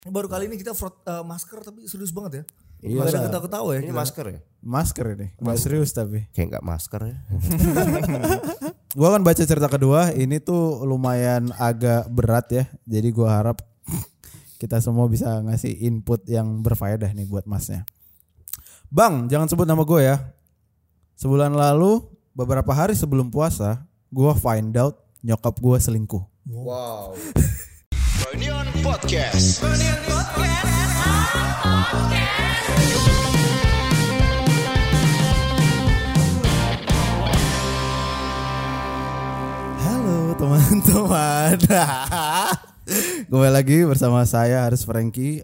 Baru kali ini kita masker tapi serius banget ya. Iya. Gak ada ketawa-ketawa ya. Ini masker ya? Masker ini. Gak serius tapi. Kayak gak masker ya. Gua kan baca cerita kedua, ini tuh lumayan agak berat ya. Jadi gua harap kita semua bisa ngasih input yang berfaedah nih buat masnya. Bang, jangan sebut nama gue ya. Sebulan lalu, beberapa hari sebelum puasa, gue find out nyokap gue selingkuh. Wow. Reunion Podcast. Halo teman-teman. Kembali lagi bersama saya Haris Franky.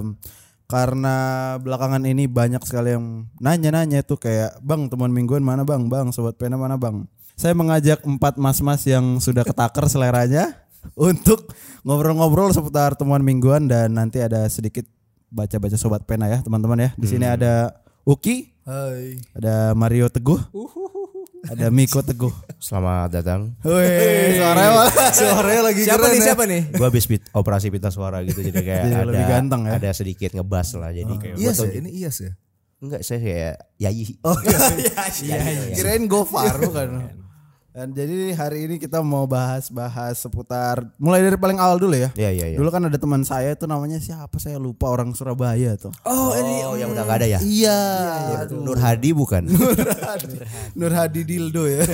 Karena belakangan ini banyak sekali yang nanya-nanya tuh kayak, bang teman mingguan mana bang, bang sobat pena mana bang. Saya mengajak 4 mas-mas yang sudah ketakar seleranya untuk ngobrol-ngobrol seputar temuan mingguan, dan nanti ada sedikit baca-baca sobat pena ya teman-teman ya. Di sini ada Uki, Hai. ada Mario Teguh, ada Miko Teguh. Selamat datang. Wih, suaranya lagi Siapa keren nih? ya. Siapa nih? Gue habis operasi pita suara gitu, jadi kayak Jadi lebih ganteng ya. Ada sedikit ngebas lah. Jadi Iya sih, ini iya sih. enggak, saya kayak Yayi. Oh Iya. Kirain Gofar kan. Dan jadi hari ini kita mau bahas seputar, mulai dari paling awal dulu ya. Iya. Dulu kan ada teman saya itu namanya siapa, saya lupa, orang Surabaya tuh. Oh ini yang udah gak ada ya? Iya. Nur Hadi bukan? Nur Hadi Dildo ya.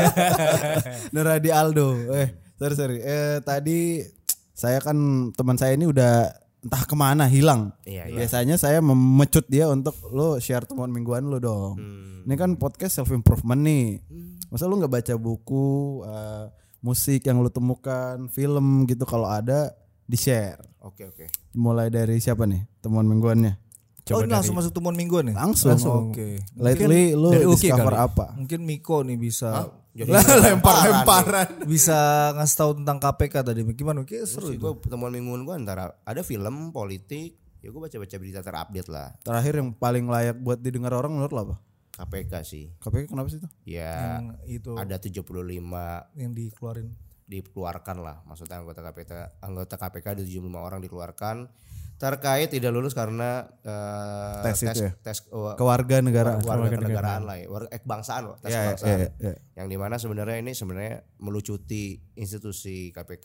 Nur Hadi Aldo. Sorry. Tadi saya kan, teman saya ini udah entah kemana, hilang. Iya. Biasanya saya memecut dia untuk lo share temuan mingguan lo dong. Ini kan podcast self improvement nih. Masa lu nggak baca buku, musik yang lu temukan, film gitu, kalau ada di share. Oke. Mulai dari siapa nih temuan mingguannya? ini langsung masuk temuan mingguan nih? Langsung. Oke. Lately lu dari Uki discover kali. apa? Mungkin Miko nih bisa Lempar-lemparan. bisa ngasih tahu tentang KPK tadi. Gimana? Oke, seru Terus itu. gue temuan mingguan gue antara ada film, politik, ya gue baca-baca berita terupdate lah. Terakhir yang paling layak buat didengar orang menurut lo apa? KPK sih. KPK kenapa sih itu? Ya Yang itu ada 75 yang dikeluarin. dikeluarkan lah, maksudnya anggota KPK ada 75 orang dikeluarkan terkait tidak lulus karena Tes itu ya? tes Kewarganegaraan. kewarganegaraan lah ya, kebangsaan loh, tes kebangsaan. Iya. Yang dimana sebenarnya melucuti institusi KPK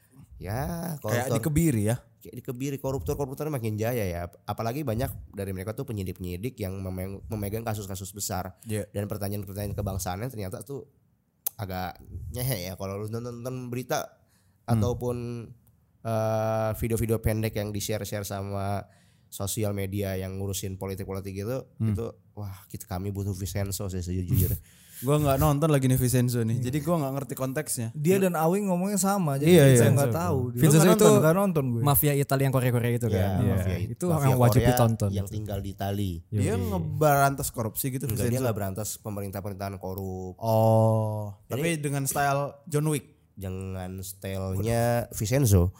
ya, Kayak koruptor. dikebiri ya. Kayak dikebiri, koruptornya makin jaya ya, apalagi banyak dari mereka tuh penyidik-penyidik yang memegang kasus-kasus besar. Iya. Dan pertanyaan-pertanyaan kebangsaannya ternyata tuh agak nyehe ya kalau lu nonton berita ataupun video-video pendek yang di-share sama sosial media yang ngurusin politik-politik gitu. Itu kami butuh Vincenzo sih sejujurnya. Gua nggak nonton lagi nih Vincenzo nih, jadi gua nggak ngerti konteksnya. Dia dan Awing ngomongnya sama, jadi Iya, saya iya. nggak tahu. Vincenzo itu nggak nonton gue. Mafia Italia yang Korea itu kan. Ya, Itu mafia yang wajib Korea ditonton. yang tinggal di Itali. Dia ngeberantas korupsi gitu. Enggak, dia Vincenzo. nggak berantas pemerintahan korup. Oh, tapi dengan style John Wick. Jangan stylenya Vincenzo.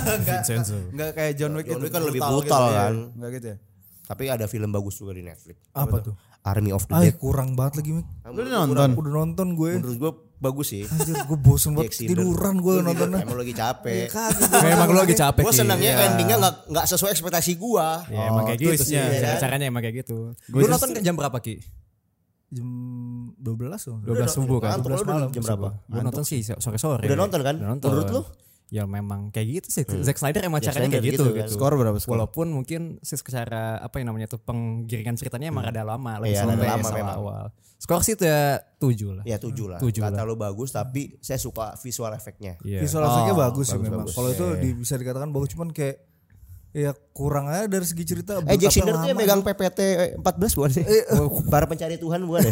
Enggak kayak John Wick John itu Wick kan lebih gitu brutal ya. kan. Enggak gitu ya. Tapi ada film bagus juga di Netflix. Apa tuh? Army of the Ay, Dead. kurang banget lagi, Mik. Lu udah nonton? Udah nonton gue. Menurut gue bagus sih. Anjir, gue bosen banget, Jack Cinder. tiduran gue nontonnya. Emang lagi capek. Memang lu lagi capek. Gue Ki. senangnya endingnya nggak sesuai ekspektasi gue. Ya emang kayak gitu sih. twistnya. Caranya emang kayak gitu. Gua Lu nonton jam berapa Ki? Jam 12 loh. 12 subuh kan. Ngantuk, lu udah jam berapa? Gue nonton sih sore-sore. Udah nonton kan? Udah nonton. Menurut lu? Ya memang kayak gitu sih. Zack Snyder emang Zack caranya Snyder kayak gitu. gitu kan. Skor berapa skor? Walaupun mungkin secara apa yang namanya tuh penggiringan ceritanya emang rada lama. Lebih Iya, sampai rada lama sama memang. awal. Skor sih tuh ya 7 lah. Ya 7 lah. 7 Gak lah. terlalu bagus, tapi saya suka visual efeknya. Iya. Visual efeknya bagus sih bagus, memang. bagus. Kalau itu bisa dikatakan bagus, cuman kayak ya kurang aja dari segi cerita. Jack Cinder tuh yang lama. megang PPT 14 bukan sih? Para pencari Tuhan bukan ya?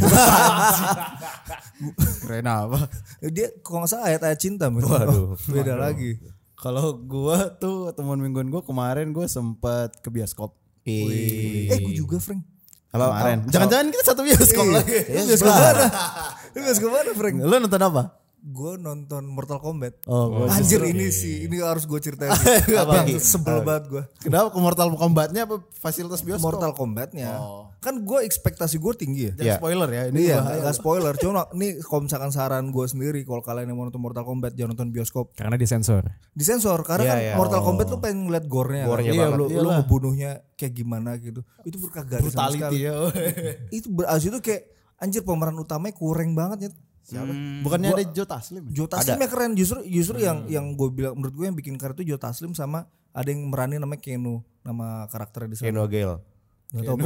Keren apa? Dia kalau nggak salah ayat-ayat cinta. Waduh. Beda lagi. Kalau gua tuh temuan mingguan gua kemarin gua sempat ke bioskop. Gue juga, Frank. Kemarin. Jangan-jangan kita satu bioskop lagi. Lu bioskop mana? Lu bioskop mana, Frank? Lu nonton apa? gue nonton Mortal Kombat. Oh, Anjir ini sih, ini harus gue ceritain. Bang, sebel banget gue. Kenapa ke Mortal Kombatnya apa fasilitas bioskop? Mortal Kombatnya, kan gue ekspektasi gue tinggi ya. Jangan spoiler ya. Ini Iya, bahaya. gak spoiler. Cuma nih kalau misalkan saran gue sendiri, kalau kalian yang mau nonton Mortal Kombat jangan nonton bioskop. Karena disensor. Disensor karena kan Mortal Kombat lu pengen ngeliat gore-nya. Gore-nya kan? banget. Lu ngebunuhnya kayak gimana gitu. Itu berkagak ada sama sekali. Brutality ya. Itu berarti itu kayak anjir pemeran utamanya kurang banget ya. Siapa? Bukannya ada Joe Taslim? Joe Taslim ya keren justru yang gue bilang menurut gue yang bikin keren itu Joe Taslim sama ada yang meranin namanya Keanu, nama karakternya di sana. Keno Gale. Gak tau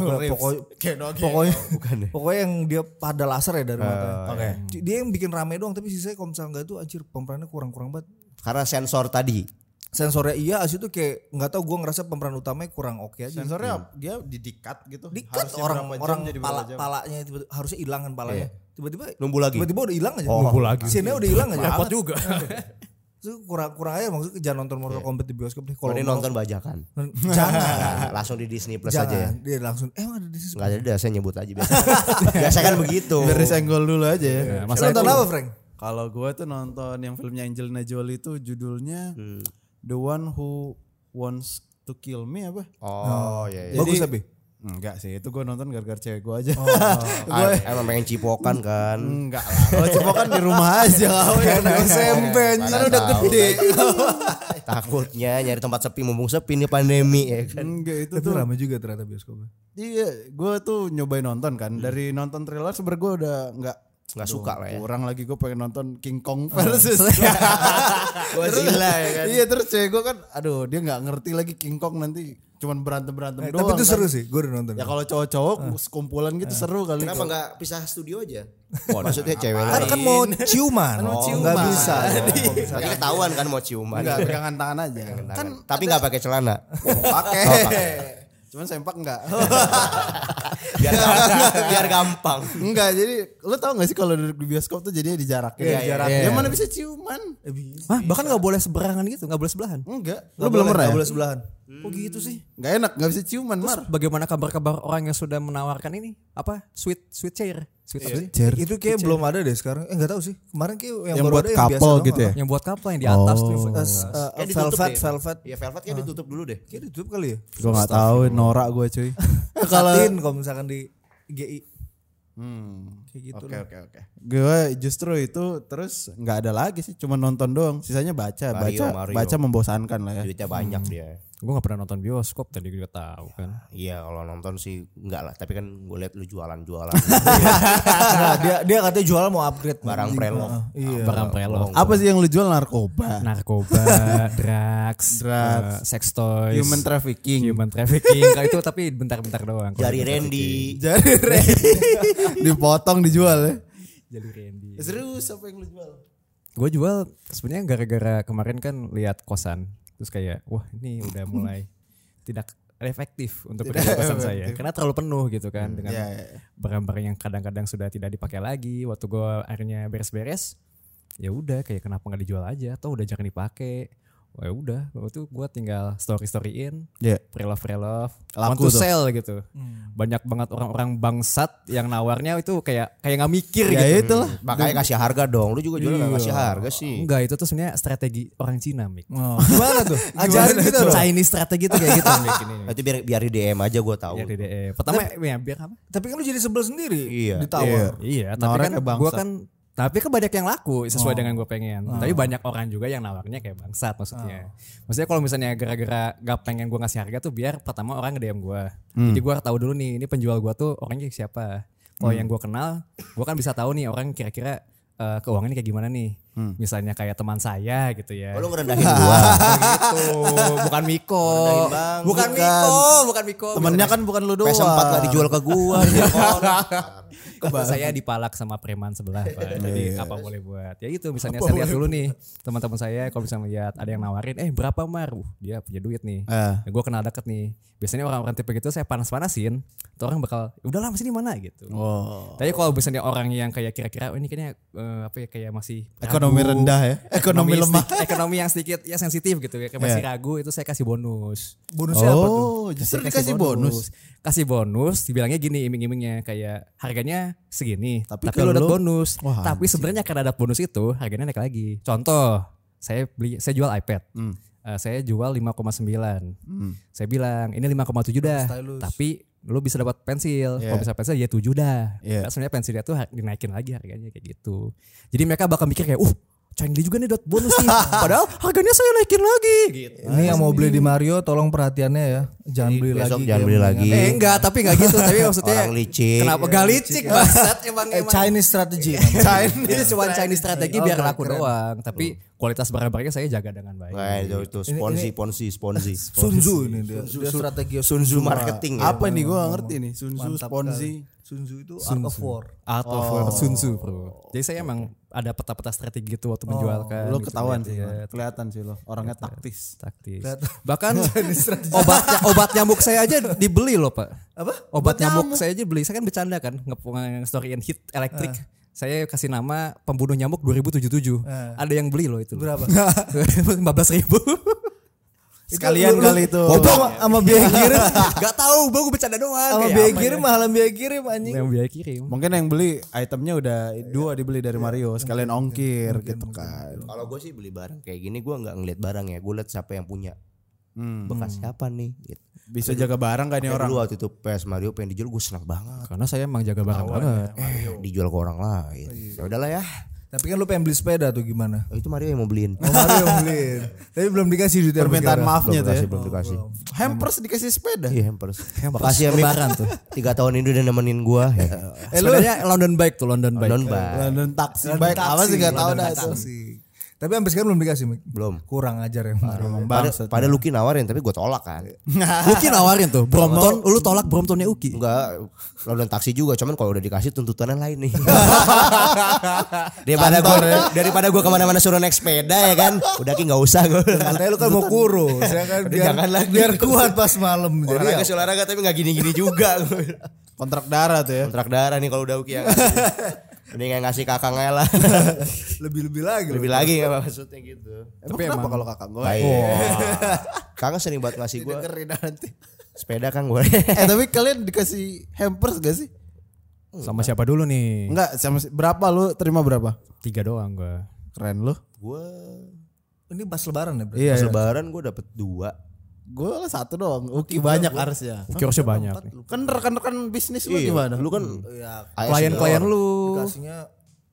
pokoknya yang dia pada laser ya dari mata. Dia yang bikin rame doang tapi sisanya kalau misalnya enggak itu anjir pemerannya kurang banget. Karena sensor tadi. Sensornya iya asli itu kayak nggak tahu gue ngerasa pemeran utamanya kurang oke aja. Sensornya dia didikat gitu. Dikat Harusnya orang berapa jam jadi berapa jam. palanya tiba-tiba harusnya hilang kan palanya. Tiba-tiba Nunggu lagi. Tiba-tiba udah hilang aja. Nunggu lagi. Scene-nya udah hilang aja. Repot juga. Itu kurang aja maksudnya jangan nonton Mortal Kombat di bioskop deh. Kalau nonton bajakan. Jangan. Langsung di Disney Plus aja ya. Dia langsung ada di sini. Enggak ada, saya nyebut aja biasa. Biasa kan begitu. Biar disenggol dulu aja ya. Nonton apa Frank? Kalau gue tuh nonton yang filmnya Angelina Jolie itu judulnya The One Who Wants to Kill Me apa? Oh iya. Bagus tapi. Enggak sih, itu gue nonton gara-gara cewek gue aja. Emang pengen cipokan kan. Enggak lah, kalau cipokan di rumah aja. Anak SMP kan udah gede. Takutnya nyari tempat sepi mumpung sepi nih pandemi ya kan. Enggak, itu Itu tuh ramai juga ternyata bioskopnya. iya, gue tuh nyobain nonton kan. Dari nonton trailer sebenernya gue udah Nggak suka lah ya. kurang lagi gue pengen nonton King Kong versus Godzilla ya kan. Iya terus cewek gue kan aduh dia nggak ngerti lagi King Kong nanti cuman berantem doang. Tapi itu kan. seru sih, gue udah nonton. Ya kalau cowok-cowok sekumpulan gitu seru kali. Kenapa nggak pisah studio aja? Maksudnya cewek Kan lain. mau ciuman, nggak bisa. Berarti ketahuan kan mau ciuman. Enggak pegangan tangan aja. Kan tapi nggak pakai celana. Pakai. Cuman sempak enggak. Biar gampang. Enggak, jadi lu tau gak sih kalau di bioskop tuh jadinya dijarakin. Iya, Dijarakin. Ya mana bisa ciuman? Hah, bahkan nggak boleh seberangan gitu, nggak boleh sebelahan. Enggak. Lu belum pernah ya? boleh sebelahan. Oh gitu sih. Enggak enak, enggak bisa ciuman, Mar. Bagaimana kabar-kabar orang yang sudah menawarkan ini? Apa? Sweet chair. Sweet apa sih? Itu kayak belum ada deh sekarang. Nggak tahu sih. Kemarin kayak yang Yang baru buat ada yang biasa couple doang. gitu ya? Yang buat kapal yang di atas tuh. Velvet. Iya Velvet kan ditutup dulu deh. Kayak ditutup kali ya. Gua enggak tahu, norak gue cuy. Kalau kalau misalkan di GI kayak gitu. Oke. Gue justru itu terus nggak ada lagi sih, cuma nonton doang. Sisanya baca. Baca membosankan lah ya. Duitnya banyak dia. Gue gak pernah nonton bioskop tadi gue tahu kan. Iya kalau nonton sih enggak lah. Tapi kan gue liat lu jualan. Nah, dia katanya jual mau upgrade Barang prelove. Iya. Barang prelove. Apa sih yang lu jual? Narkoba, drugs, sex toys, human trafficking. Kayak itu tapi bentar-bentar doang. Jari Randy. Dipotong dijual ya. Jari Randy. Serius apa yang lu jual? Gue jual sebenarnya gara-gara kemarin kan lihat kosan. Terus kayak wah ini udah mulai tidak efektif untuk penjual kosan saya. Karena terlalu penuh gitu kan dengan barang-barang yang kadang-kadang sudah tidak dipakai lagi. Waktu gue akhirnya beres-beres, ya udah kayak kenapa nggak dijual aja atau udah jangan dipakai. Oh ya udah, waktu itu gue tinggal storyin, pre-love, want to sell gitu. Banyak banget orang-orang bangsat yang nawarnya itu kayak nggak mikir Ya gitu. itu lah. Makanya kasih harga dong. Lu juga jual nggak kasih harga sih. Enggak, itu tuh sebenarnya strategi orang Cina, Mik. Gimana tuh? Ajarin kita dong. Chinese strategi tuh kayak gitu, Mik ini. Itu biar di DM aja gue tahu. Biar di DM. Pertama ya biar apa? Tapi kan lu jadi sebel sendiri. Iya. Ditawar. Iya, tapi Nawarnya kan kayak bangsat. gua kan tapi kan banyak yang laku sesuai dengan gue pengen. Tapi banyak orang juga yang nawarnya kayak bangsat maksudnya. Maksudnya kalau misalnya gara-gara gak pengen gue ngasih harga tuh biar pertama orang nge-DM gue. Jadi gue tahu dulu nih ini penjual gue tuh orangnya siapa. Kalau yang gue kenal, gue kan bisa tahu nih orang kira-kira keuangannya kayak gimana nih. Misalnya kayak teman saya gitu ya. Oh, lu ngerendahin gua. Gitu. Bukan Miko. Bukan Miko. Temennya kan bukan lu doang. PS4 gak dijual ke gua. Saya dipalak sama preman sebelah Pak. Jadi apa boleh buat. Ya itu misalnya saya lihat dulu nih teman-teman saya kalau bisa lihat ada yang nawarin berapa Mar? Dia punya duit nih. Gue kenal deket nih. Biasanya orang-orang tipe gitu saya panas-panasin. Tuh orang bakal udahlah masih di mana gitu. Tapi kalau misalnya orang yang kayak kira-kira ini kayaknya kayak masih Ekonomi rendah ya. Ekonomi lemah. Ekonomi yang sedikit ya sensitif gitu ya. Kayak masih ragu itu saya kasih bonus. Bonusnya apa tuh? Oh, justru dikasih bonus. Kasih bonus, dibilangnya gini iming-imingnya kayak harganya harganya segini, tapi ke lu dapat lu- bonus. Wah, Tapi sebenarnya karena ada bonus itu harganya naik lagi. Contoh, saya jual iPad. Saya jual 5,9. Saya bilang ini 5,7 dah. Stylus. Tapi lu bisa dapat pensil. Iya. Kalau bisa pensil ya 7 dah. Iya. Karena sebenarnya pensilnya tuh dinaikin lagi harganya kayak gitu. Jadi mereka bakal mikir kayak, Changli juga nih dapat bonus nih. Padahal harganya saya naikin lagi gitu. Ini yang mau beli di Mario tolong perhatiannya ya. Jangan beli besok lagi. jangan kayak beli lagi. Enggak, tapi enggak gitu. Tapi maksudnya Orang licik. kenapa gak licik banget emang Chinese strategy. Ini cuma Chinese strategi Oh, biar keren, laku keren. doang. Tapi kualitas barang-barangnya saya jaga dengan baik. Nah, itu Ponzi. Sun Tzu ini dia strategi Sun Tzu marketing ya. Apa nih gue gak ngerti nih. Sun Tzu, Mantap Ponzi. Sun Tzu itu art of war. Art of War Sun Tzu, bro. Jadi saya emang ada peta-peta strategi gitu waktu menjualkan. Lo gitu, ketahuan sih. lihat-lihat. Kelihatan sih lo. Orangnya taktis. Taktis. Bahkan obat nyamuk saya aja dibeli loh, Pak. Apa? Obat nyamuk saya aja beli. Saya kan bercanda kan storyin hit elektrik. Saya kasih nama pembunuh nyamuk 2077. Ada yang beli loh itu. Berapa? 15.000. Sekalian kali itu. Sama biaya kirim. Gak tahu, gue bercanda doang. Sama Kayak biaya apa kirim ya? mahalan biaya kirim anjing. Yang biaya kirim. Mungkin yang beli itemnya udah 2 dibeli dari Mario. Sekalian ongkir gitu kan. Kalau gue sih beli barang kayak gini gue nggak ngeliat barang ya, gue liat siapa yang punya. Bekas siapa nih? Gitu. Bisa jaga barang gak nih Kayak orang? dulu waktu itu PS Mario pengen dijual gue senang banget. Karena saya emang jaga barang banget. Dijual ke orang lain. Ya udahlah ya. Tapi kan lu pengen beli sepeda tuh gimana? Oh, itu Mario yang mau beliin. Oh, Mario beliin. Tapi belum dikasih duit Permintaan maafnya tuh ya. Belum dikasih. Hampers dikasih sepeda. Iya hampers. Makasih ya Mik. Lebaran tuh. 3 tahun ini udah nemenin gue. Ya. Sepedanya London Bike tuh, London Bike. Non bang. London taksi baik apa sih gak tahu dah itu. Tapi sampai sekarang belum dikasih, Mik. Belum. Kurang ajar ya Mario. Pada Lucky nawarin tapi gue tolak kan. Uki nawarin tuh, Brompton, lu tolak Bromptonnya Uki. Enggak, London taksi juga, cuman kalau udah dikasih tuntutannya lain nih. daripada gue kemana-mana suruh naik sepeda ya kan, udah Ki nggak usah gue. Katanya lu kan mau kurus, ya kan jangan lagi. biar kuat pas malam. Jadi Olahraga ya, sih olahraga tapi nggak gini-gini juga. Kontrak darah tuh ya. Kontrak darah nih kalau udah Uki yang ngasih. Mending ngasih kakak lah. lebih lagi. Lebih lagi nggak maksudnya gitu. Tapi kenapa kalau kakak gue? Kakak sering banget ngasih gue Dengerin nanti. sepeda kan gue. Tapi kalian dikasih hampers gak sih? Sama siapa dulu nih? Enggak, sama berapa lu terima berapa? 3 doang gua. Keren lu. Gue Ini pas lebaran ya berarti. Iya. pas lebaran gue dapet 2. Gue 1 doang. Uki banyak harusnya. Uki harusnya banyak. Kan rekan-rekan bisnis lu gimana? Lu kan Ya, Klien-klien lu. dikasihnya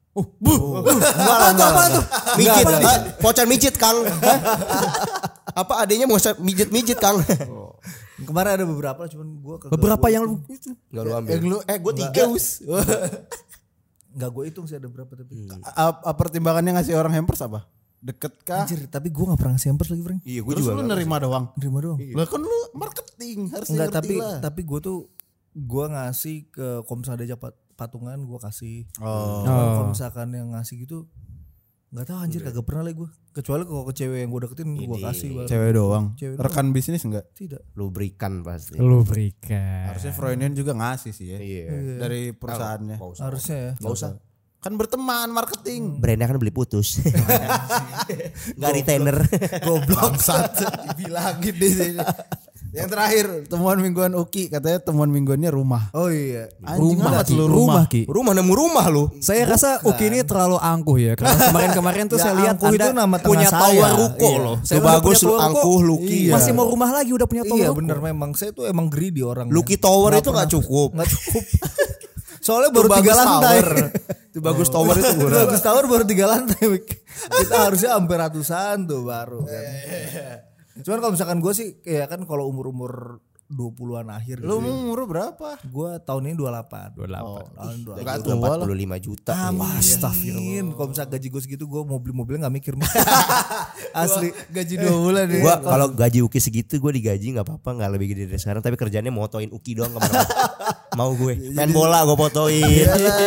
mijit, pocan mijit Kang. Apa adanya mau mijit Kang? kemarin ada beberapa cuman gua Beberapa yang lu itu. Enggak lu ambil. Gue 3. enggak gue hitung sih ada berapa tapi. Pertimbangannya ngasih orang hampers apa? Deket kah? Anjir, tapi gua enggak pernah ngasih hampers lagi, Frank. Iya, gue Terus juga. lu nerima doang. Terima doang. Lah kan lu marketing harus Enggak, ngerti lah. tapi gua tuh gua ngasih ke komsa ada patungan gua kasih. Oh. Kalau misalkan yang ngasih gitu enggak tahu anjir kagak pernah lagi gua. Kecuali kalau ke cewek yang gua deketin gua kasih. Cewek doang. Cewek Rekan bisnis enggak? Tidak. Lubrikan pasti. Lu berikan. Harusnya Froynian juga ngasih sih ya. Iya. Dari perusahaannya. Nggak usah. Harusnya ya. Nggak usah. Kan berteman marketing. Brandnya kan beli putus. Gak retainer. Goblok satu dibilangin di sini. Yang terakhir temuan mingguan Uki katanya temuan mingguannya rumah. Oh iya. Anjing Rumah, amat Ki. lu Rumah, Ki. Rumah nemu rumah lu. Saya rasa Uki ini terlalu angkuh ya. Karena kemarin-kemarin tuh Ya, saya lihat angkuh itu Anda nama tengah punya saya. tower ruko Iya. loh. Lu Saya udah bagus punya lu tower ruko. angkuh Lucky. Iya. Masih mau rumah lagi udah punya tower Iya ruko. bener memang saya tuh emang greedy orang. Lucky Tower itu gak cukup. Enggak cukup. Soalnya baru 3 lantai. Itu bagus tower itu Itu murah. bagus tower baru 3 lantai. Wik. Kita harusnya hampir ratusan tuh baru kan. Cuman kalau misalkan gue sih kayak kan kalau umur-umur 20-an akhir Lu gitu. umur berapa? Gue tahun ini 28. 28. Tahun 28. Enggak Udah tua lah. 45 juta. Astagfirullah. Kalau misalkan gaji gue segitu gue mau beli-mobil gak mikir. Asli. Gaji 2 bulan ya. Gua kalau gaji Uki segitu gue digaji nggak apa-apa, nggak lebih gede dari sekarang, tapi kerjanya motoin Uki doang kemana. Mau gue main bola gue fotoin.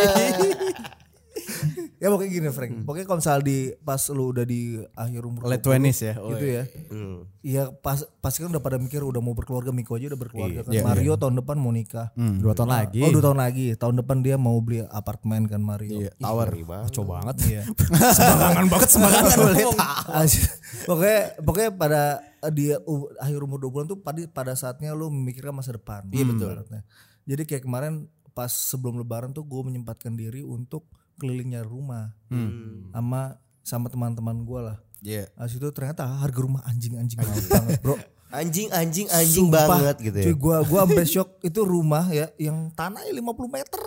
Ya pokoknya gini Frank. Pokoknya kalau misal di pas lu udah di akhir umur Late 20, 20s ya. gitu ya. Iya pasti kan udah pada mikir udah mau berkeluarga. Miko aja udah berkeluarga kan. Iya, Mario tahun depan mau nikah. 2 tahun lagi. Oh 2 tahun lagi. Tahun depan dia mau beli apartemen kan Mario. Iya, tower. Coba banget. Iya. Sembarangan banget sembarangan. Pokoknya pada di akhir umur 20-an tuh pada saatnya lu memikirkan masa depan. Iya betul. Jadi kayak kemarin pas sebelum lebaran tuh gue menyempatkan diri untuk keliling nyari rumah sama teman-teman gue lah. Iya. Habis itu ternyata harga rumah anjing banget bro. Anjing Sumpah, banget gitu ya. Cuy gua sampai shock, itu rumah ya yang tanahnya 50 meter.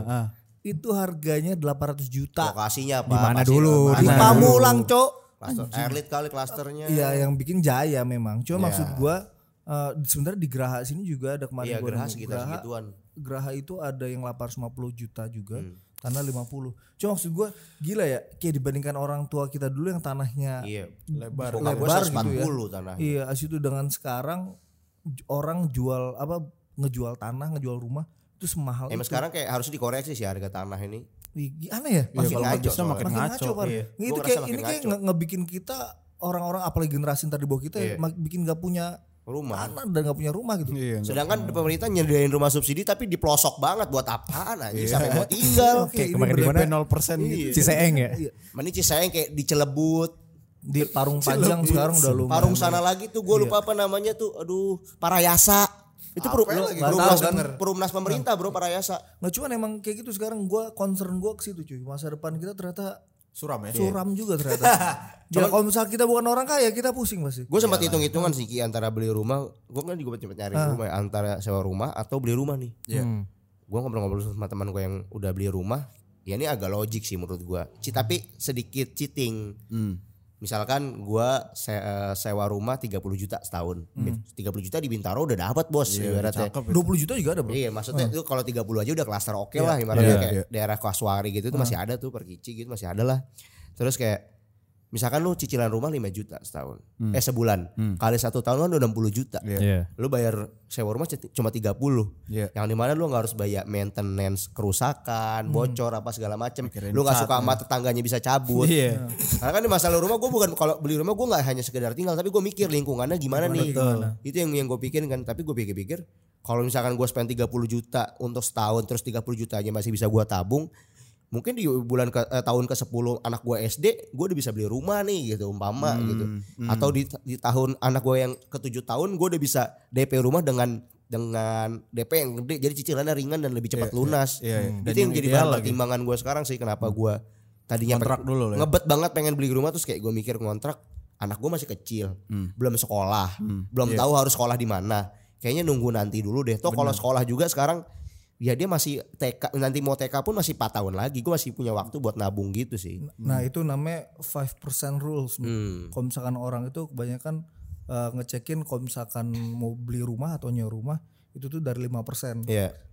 Itu harganya 800 juta. Lokasinya apa? Di mana Pasti dulu? Di Pamulang, Cok. Elit kali klasternya. Iya, yang bikin Jaya memang. Cuma maksud gua sebenarnya di Geraha sini juga ada kemarin Iya, gua Geraha nemu. sekitar segituan. Geraha itu ada yang 850 juta juga. Tanah 50. Cuma maksud gua gila ya, kayak dibandingkan orang tua kita dulu yang tanahnya Iya. lebar Bokap gua gitu ya. 140 tanah. Iya, as itu dengan sekarang orang jual ngejual tanah, ngejual rumah itu semahal Emang itu. sekarang kayak harus dikoreksi sih harga tanah ini. Aneh ya? Makin kalau ngaco bisa soalnya. makin ngaco. Par. Iya. Ini Gua tuh ngerasa kayak makin ini kayak ngaco. ngebikin kita orang-orang apalagi generasi ntar di bawah kita ya, bikin gak punya Rumah. tanah dan gak punya rumah gitu. Iya. Sedangkan pemerintah nyediain rumah subsidi tapi di pelosok banget buat apaan aja sampai mau tinggal. Oke, ini kemarin di mana? 0% gitu. Ciseeng ya. Mending Cisayang kayak di Celebut, Di Parung Panjang sekarang udah lumayan. Parung sana lagi tuh gue lupa apa namanya tuh. Aduh, Parayasa. Itu perumnas pemerintah bro, Parayasa. Nggak cuman emang kayak gitu sekarang concern gue ke situ cuy. Masa depan kita ternyata Suram ya. suram juga ternyata. Jadi kalau misalnya kita bukan orang kaya kita pusing pasti. Gue sempat hitung-hitungan sih Ki, antara beli rumah, gue kan juga cepet nyari rumah ya, antara sewa rumah atau beli rumah nih. Gue ngobrol-ngobrol sama teman gue yang udah beli rumah, ya ini agak logik sih menurut gue. Tapi sedikit cheating. Misalkan gue sewa rumah 30 juta setahun. 30 juta di Bintaro udah dapat bos. Ibaratnya. 20 juta juga ada bro. Iya maksudnya itu kalau 30 aja udah klaster oke lah. Ibaratnya kayak daerah Kasuari gitu itu masih ada tuh, Perkici gitu masih ada lah. Terus kayak misalkan lu cicilan rumah 5 juta setahun. Sebulan. Kali 1 tahun kan udah 60 juta. Iya. Lu bayar sewa rumah cuma 30. Yang dimana lu gak harus bayar maintenance kerusakan, bocor apa segala macem. Lu gak suka sama tetangganya bisa cabut. Karena kan di masalah rumah gue bukan, kalau beli rumah gue gak hanya sekedar tinggal, tapi gue mikir lingkungannya gimana nih. Itu yang gue pikirin kan. Tapi gue pikir-pikir kalau misalkan gue spend 30 juta untuk setahun, terus 30 juta aja masih bisa gue tabung, mungkin di tahun ke-10 anak gue SD, gue udah bisa beli rumah nih gitu umpama gitu. Atau di tahun anak gue yang ke-7 tahun, gue udah bisa DP rumah dengan DP yang gede, jadi cicilannya ringan dan lebih cepat lunas. Itu yang jadi bahan pertimbangan gue sekarang sih, kenapa gue tadinya Kontrak dulu lah ya. ngebet banget pengen beli rumah, terus kayak gue mikir ngontrak, anak gue masih kecil, belum sekolah, belum tahu harus sekolah di mana. Kayaknya nunggu nanti dulu deh. Toh kalau sekolah juga sekarang ya dia masih TK, nanti mau TK pun masih 4 tahun lagi. Gue masih punya waktu buat nabung gitu sih. Nah itu namanya 5% rules. Kalau misalkan orang itu kebanyakan ngecekin kalau misalkan mau beli rumah atau nyewa rumah itu tuh dari 5%. 5%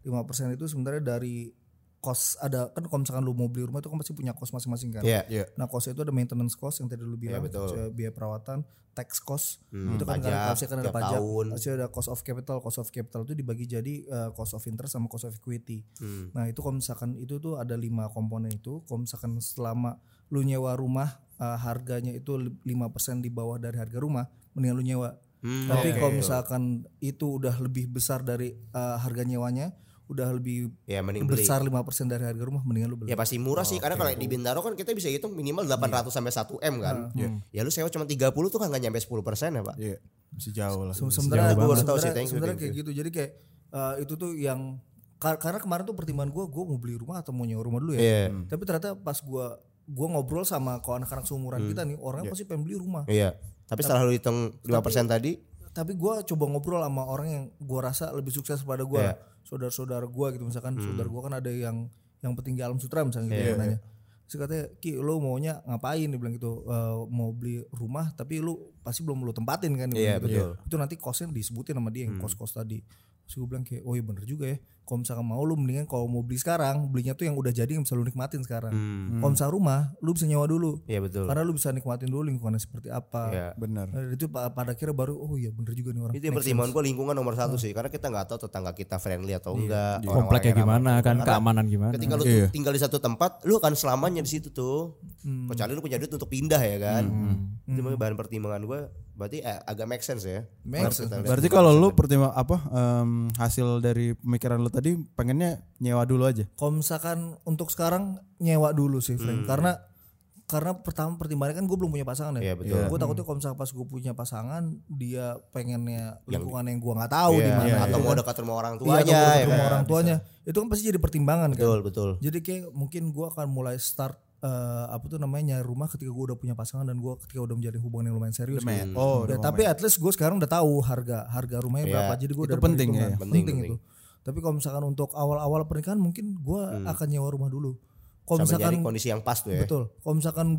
itu sebenarnya dari kos, ada kan kalau misalkan lu mau beli rumah itu kan pasti punya kos masing-masing kan. Nah kosnya itu ada maintenance cost yang tadi lu bilang, biaya perawatan, tax cost, itu kan pasti kan ada pajak, pasti ada cost of capital. Cost of capital itu dibagi jadi cost of interest sama cost of equity. Nah itu kalau misalkan itu tuh ada 5 komponen itu. Kalau misalkan selama lu nyewa rumah harganya itu 5% di bawah dari harga rumah, mendingan lu nyewa. Tapi kalau misalkan itu udah lebih besar dari harga nyewanya, udah lebih besar 5% dari harga rumah, mendingan lu beli. Ya pasti murah sih, karena kalau di Bintaro kan kita bisa hitung minimal 800 sampai 1 M kan. Ya lu sewa cuma 30 tuh kan gak nyampe 10% ya Pak. Iya, masih jauh lah. Sebenarnya kayak gitu. Jadi kayak itu tuh yang karena kemarin tuh pertimbangan gue mau beli rumah atau mau nyewa rumah dulu ya. Tapi ternyata pas gue ngobrol sama anak-anak seumuran kita nih, orangnya pasti pengen beli rumah. Iya. Tapi setelah lu hitung 5% tadi, tapi gue coba ngobrol sama orang yang gue rasa lebih sukses pada gue, saudara-saudara gue gitu. Misalkan saudara gue kan ada yang petinggi Alam Sutra misalnya gitu, nanya. Terus katanya, Ki lo maunya ngapain, dia bilang gitu, mau beli rumah tapi lu pasti belum lu tempatin kan. Betul. Itu nanti kosnya disebutin sama dia yang kos-kos tadi. Terus gue bilang kayak, oh iya bener juga ya, kalau misalkan mau lu mendingan kalau mau beli sekarang, belinya tuh yang udah jadi yang bisa lu nikmatin sekarang. Kalau misalkan rumah lu bisa nyewa dulu. Iya betul. Karena lu bisa nikmatin dulu lingkungannya seperti apa. Iya benar. Itu pada akhirnya baru oh iya bener juga nih orang. Itu yang pertimbangan gue, lingkungan nomor 1 sih, karena kita nggak tahu tetangga kita friendly atau enggak, kompleknya gimana kan, keamanan gimana. Ketika lu tinggal di satu tempat, lu akan selamanya di situ tuh. Kecuali lu punya duit untuk pindah ya kan. Itu bahan pertimbangan gue. Berarti agak make sense ya. Berarti kalau lu hasil dari pemikiran lu tadi pengennya nyewa dulu aja. Kalau misalkan untuk sekarang nyewa dulu sih Frank, karena karena pertama pertimbangannya kan gue belum punya pasangan ya. Iya, betul. Gue takutnya kalau misalnya pas gue punya pasangan dia pengennya lingkungan yang gue nggak tahu di mana atau mau kan. dekat sama orang Iya, tuanya atau dekat ya sama kan? orang tuanya. Itu kan pasti jadi pertimbangan kan. Betul. Jadi kayak mungkin gue akan mulai start nyari rumah ketika gue udah punya pasangan dan gue ketika udah menjalin hubungan yang lumayan serius. Tapi at least gue sekarang udah tahu harga rumahnya berapa. Jadi gue udah penting ya. Penting itu. Tapi kalau misalkan untuk awal-awal pernikahan mungkin gue akan nyewa rumah dulu. Kalau misalkan kondisi yang pas tuh ya. Betul. Kalau misalkan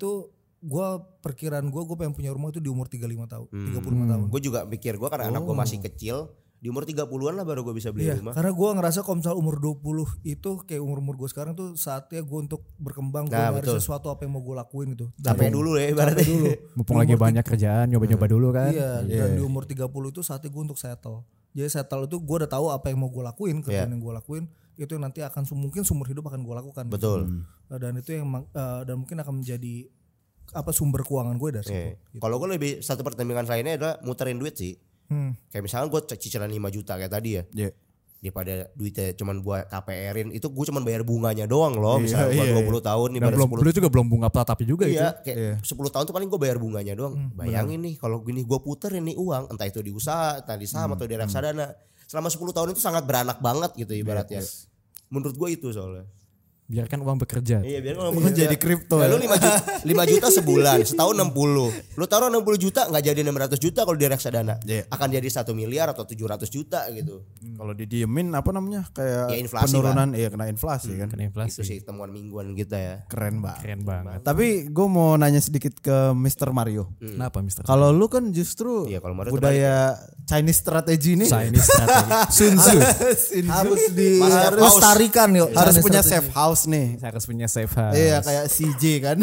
gue perkiraan gue pengen punya rumah itu di umur 35 tahun, 35 tahun. Gue juga pikir gue karena anak gue masih kecil, di umur 30-an lah baru gue bisa beli rumah. Karena gue ngerasa kalau misalnya umur 20 itu kayak umur gue sekarang tuh saatnya gue untuk berkembang, gue nyari sesuatu apa yang mau gue lakuin itu. Capek dulu ya ibaratnya. Dulu. Mumpung lagi banyak kerjaan, nyoba-nyoba dulu kan. Iya, dan di umur 30 itu saatnya gue untuk settle. Jadi settle itu gue udah tahu apa yang mau gue lakuin, kerjaan yang gue lakuin itu yang nanti akan mungkin seumur hidup akan gue lakukan. Betul. Dan itu yang dan mungkin akan menjadi sumber keuangan gue dari situ. Gitu. Kalau gue lebih satu pertimbangan lainnya adalah muterin duit sih. Kayak misalnya gue cicilan 5 juta kayak tadi ya. Daripada duitnya cuman buat KPR-in itu gue cuman bayar bunganya doang loh. Misalnya gue 20 tahun nih bayar 10. Belum juga belum bunga tapi juga itu. Kayak 10 tahun tuh paling gue bayar bunganya doang. Bayangin nih kalau gini gue puterin nih uang entah itu di usaha, entah di saham atau di reksadana. Selama 10 tahun itu sangat beranak banget gitu ibaratnya. Menurut gue itu soalnya. Biarkan uang bekerja. Iya, biarkan uang bekerja. Jadi kripto. Lu 5 juta sebulan, setahun 60. Lu taruh 60 juta enggak jadi 600 juta kalau di reksadana. Akan jadi 1 miliar atau 700 juta gitu. Kalau didiemin kayak inflasi, penurunan kena inflasi kan. Kena inflasi. Itu sih temuan mingguan kita ya. Keren banget. Banget. Tapi gue mau nanya sedikit ke Mr. Mario. Kenapa Mister? Kalau lu kan justru Iya, kalau Mario budaya Chinese strategi nih Chinese strategi. Sun Tzu. Harus dilestarikan yuk. Harus punya safe house nih. Harus punya safe house. Iya kayak CJ kan.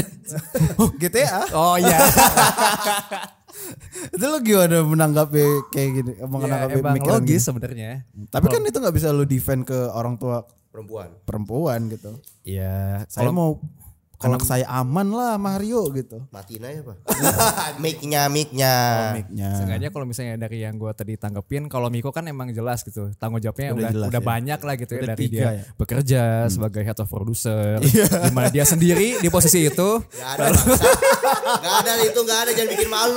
GTA. Oh iya. Itu lu gimana menanggapi kayak gini? Menanggapi Emang pemikiran logis gini? sebenarnya. Tapi kan itu nggak bisa lu defend ke orang tua perempuan gitu. Iya. Saya mau anak saya aman lah Mario gitu. Matiin aja Pak. Mic-nya. Seenggaknya kalau misalnya dari yang gue tadi tanggepin, kalau Miko kan emang jelas gitu, tanggung jawabnya udah banyak lah gitu ya, dari dia bekerja sebagai head of producer, dimana dia sendiri di posisi itu. Gak ada jangan bikin malu.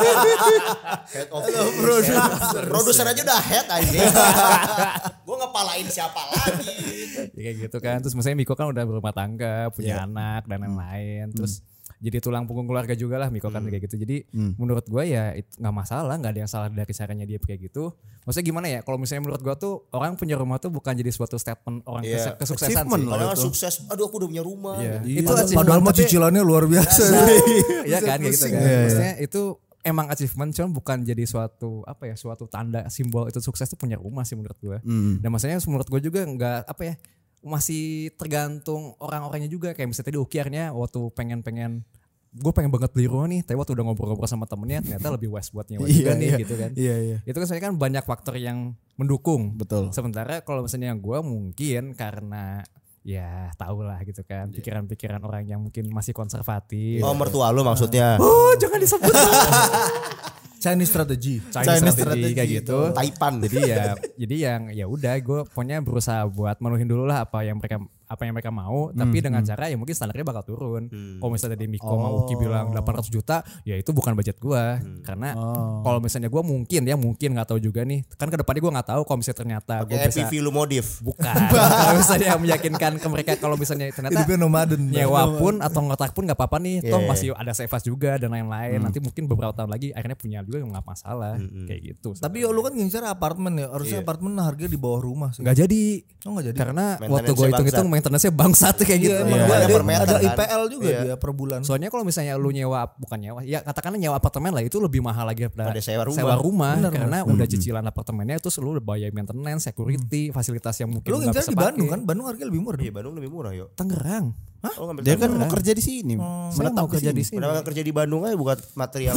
Head of producer. Produser aja udah head anjing. Gue ngepalain siapa lagi? Ya kayak gitu kan. Terus misalnya Miko kan udah berumah tangga, punya anak dan lain-lain. Terus jadi tulang punggung keluarga juga lah Miko kan kayak gitu. Jadi menurut gue ya nggak masalah, nggak ada yang salah dari caranya dia kayak gitu. Maksudnya gimana ya? Kalau misalnya menurut gue tuh orang punya rumah tuh bukan jadi suatu statement orang kesuksesan sih. Padahal sukses. Aduh aku udah punya rumah. Itu Padahal mah cicilannya luar biasa. Iya kan kayak gitu kan. Maksudnya itu emang achievement, cuman bukan jadi suatu tanda simbol itu sukses tuh punya rumah sih menurut gue. Dan maksudnya menurut gue juga nggak masih tergantung orang-orangnya juga. Kayak misalnya tadi Ukiarnya waktu pengen gue pengen banget beli rumah nih, tapi waktu udah ngobrol-ngobrol sama temennya ternyata lebih wise buat nyewa juga nih gitu kan. Itu kan soalnya kan banyak faktor yang mendukung. Betul. Sementara kalau misalnya gue mungkin karena ya tahu lah gitu kan pikiran-pikiran orang yang mungkin masih konservatif. Oh mertua lu maksudnya. Oh jangan disebut. Chinese strategy kayak gitu. Taipan. Jadi yang ya udah gue pokoknya berusaha buat menuhin dulu lah apa yang mereka mau, tapi dengan cara ya mungkin standarnya bakal turun. Kalau misalnya tadi Miko mau Uki bilang 800 juta, ya itu bukan budget gue. Karena kalau misalnya gue mungkin nggak tahu juga nih. Kan kedepannya gue nggak tahu kalau misalnya ternyata gue bisa FPV lu modif. Bukan. Kalau misalnya meyakinkan ke mereka kalau misalnya ternyata nyewa pun atau ngotak pun nggak apa-apa nih. Toh masih ada safe house juga dan lain-lain. Nanti mungkin beberapa tahun lagi akhirnya punya juga nggak masalah kayak gitu. Tapi lu kan ngincar apartemen ya, harusnya apartemen harganya di bawah rumah sih. Nggak jadi. Karena waktu gue hitung-hitung maintenance-nya bangsat kayak gitu. Ada IPL juga dia per bulan. Soalnya kalau misalnya lu ya katakanlah nyewa apartemen lah itu lebih mahal lagi daripada sewa rumah. Karena udah cicilan apartemennya terus lu udah bayar maintenance, security, fasilitas yang mungkin lu ngincar di Bandung kan? Bandung harganya lebih murah. Iya Bandung lebih murah yuk. Tangerang. Dia kan mau kerja di sini. Menetap kerja di sini. Kenapa kerja di Bandung aja buat material.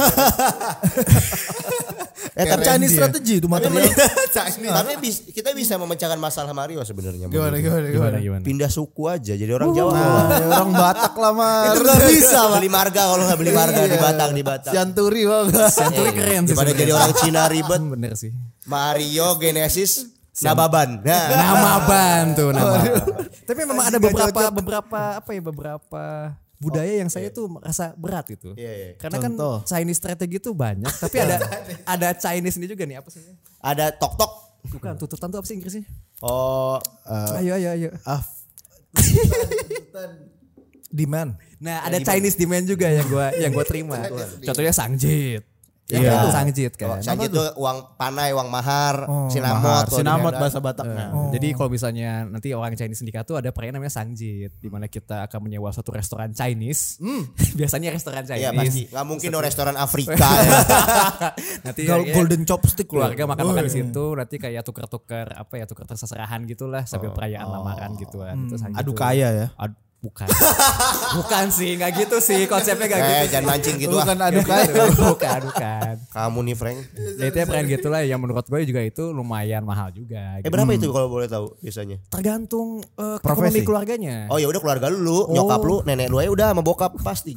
Tapi Chinese strategi itu material. Tapi kita bisa memecahkan masalah Mario sebenarnya. Gimana? Pindah suku aja jadi orang Jawa. Orang Batak lah mah. Itu gak bisa Beli marga kalau gak beli marga di Batak. Sianturi keren sih. Daripada jadi orang Cina ribet. Bener sih. Mario Genesis Nababan. Namaban tuh nama. Tapi memang ada beberapa budaya yang saya tuh merasa berat gitu. Karena Contoh. kan Chinese strategi tuh banyak, tapi ada Chinese ini juga nih, apa sih? Ada tok-tok. Bukan, tututan tuh apa sih Inggrisnya? Oh, Ayo. Demand. Nah, ada Chinese demand juga yang gua terima. Contohnya Sangjit. Iya. Sangjit kan. Sanjit tuh uang panai, uang mahar, sinamot. Sinamot bahasa Bataknya. Jadi kalau misalnya nanti orang Chinese nikah tuh ada perayaan namanya Sangjit, di mana kita akan menyewa suatu restoran Chinese. Biasanya restoran Chinese. Iya pasti. Gak mungkin dong restoran Afrika. Ya. Nanti Golden chopstick keluarga makan-makan di situ, nanti kayak tuker-tuker seserahan gitulah sambil perayaan lamaran gituan. Itu Sangjit. Adu kaya ya. Bukan. Bukan sih, enggak gitu sih konsepnya enggak gitu. Jangan mancing gitu. Bukan adu kaya. Bukan. Kamu nih Frank. Ya itu ya perayaan gitulah yang menurut gue juga itu lumayan mahal juga. Gitu. Berapa itu kalau boleh tahu biasanya? Tergantung ekonomi keluarganya. Oh ya udah keluarga lu, nyokap lu, nenek lu aja udah sama bokap pasti.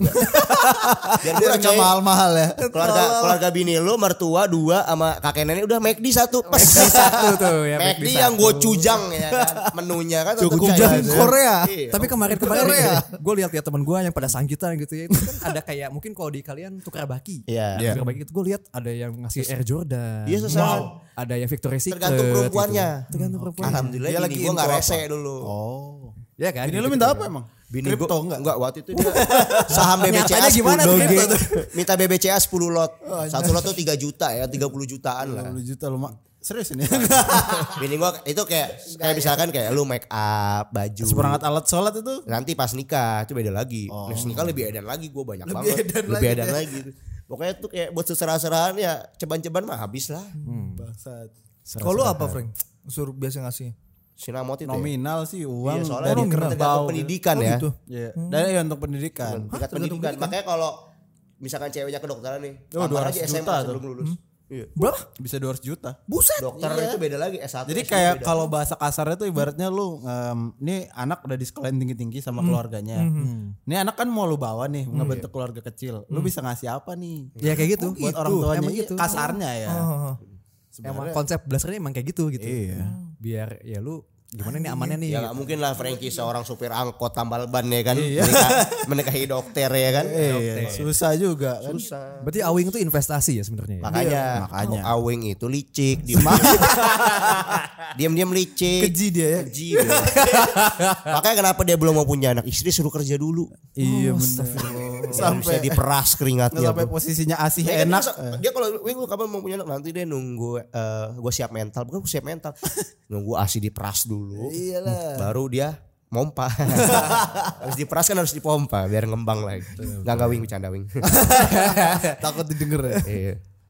Biar murah coy. Mahal-mahal ya. Keluarga bini lu, mertua 2 sama kakek nenek udah McD 1. McD 1 tuh ya. McD yang gochujang ya kan. Menunya kan Gochujang Korea. Tapi kemarin gue lihat ya teman gue yang pada sangkitan gitu ya, itu kan ada kayak mungkin kalau di kalian tukar baki. Iya. Tukar baki itu gue lihat ada yang ngasih Air Jordan. Iya sesuai. Ada yang Victoria's Secret. Tergantung perempuannya. Gitu. Tergantung perempuannya. Alhamdulillah Dia bini lagi gue gak info rese apa? dulu. Oh. Ya kan. Ini lu minta apa emang? Bini Kripto gua, enggak waktu itu dia saham BBCA Nyatanya 10 gimana tuh kripto tuh? minta BBCA 10 lot. Satu lot tuh 3 juta ya, 30 jutaan lah. 30 juta lu serius ini. Bini gua itu kayak misalkan kayak lu make up, baju. Seperangkat alat sholat itu. Nanti pas nikah itu beda lagi. Pas nikah lebih edan lagi, gua banyak banget. Lebih edan lagi. Pokoknya tuh kayak buat seserahan-serahan ya ceban-ceban mah habis lah. Bangsat. Kalau lu apa Frank? Suruh biasa ngasih. Sinamot itu Nominal sih uang Iya, soalnya dari tergantung kerbau. pendidikan Oh, ya. gitu. Iya. Dan untuk pendidikan. Tingkat pendidikan. Makanya kalau misalkan ceweknya kedokteran nih, Oh, lamar 200 aja SMA juta sebelum tuh. lulus. Iya. Berapa? Bisa 200 juta. Buset. Dokter itu beda lagi S1. Jadi S2 kayak beda. kalau bahasa kasarnya tuh ibaratnya lu ini anak udah di sekolahin tinggi-tinggi sama keluarganya. Ini anak kan mau lu bawa nih ngebentuk keluarga kecil. Lu bisa ngasih apa nih? Ya kayak gitu. Buat orang tuanya Emang iya, gitu. kasarnya ya. Emang konsep dasarnya emang kayak gitu. Iya. Biar ya lu gimana nih amannya nih. Ya gak mungkin lah Frankie seorang supir angkot tambal ban ya kan. Iya. Menikahi dokter ya kan. Iya, susah juga kan. Susah. Berarti awing itu investasi ya sebenarnya. Makanya Awing itu licik. Diam-diam licik. Keji dia ya. Keji dia. Makanya kenapa dia belum mau punya anak istri, suruh kerja dulu. Iya benar. Sampai bisa diperas keringatnya. Sampai posisinya asih Ya, enak. Dia kalau Wing lu kapan mau punya anak, nanti dia nunggu gue siap mental. Bukan gue siap mental. Nunggu ASI diperas dulu. Iyalah. Baru dia mompa. Harus diperas kan, harus dipompa biar ngembang lagi. Enggak Wing, bercanda Wing. Takut didengar ya. Iya.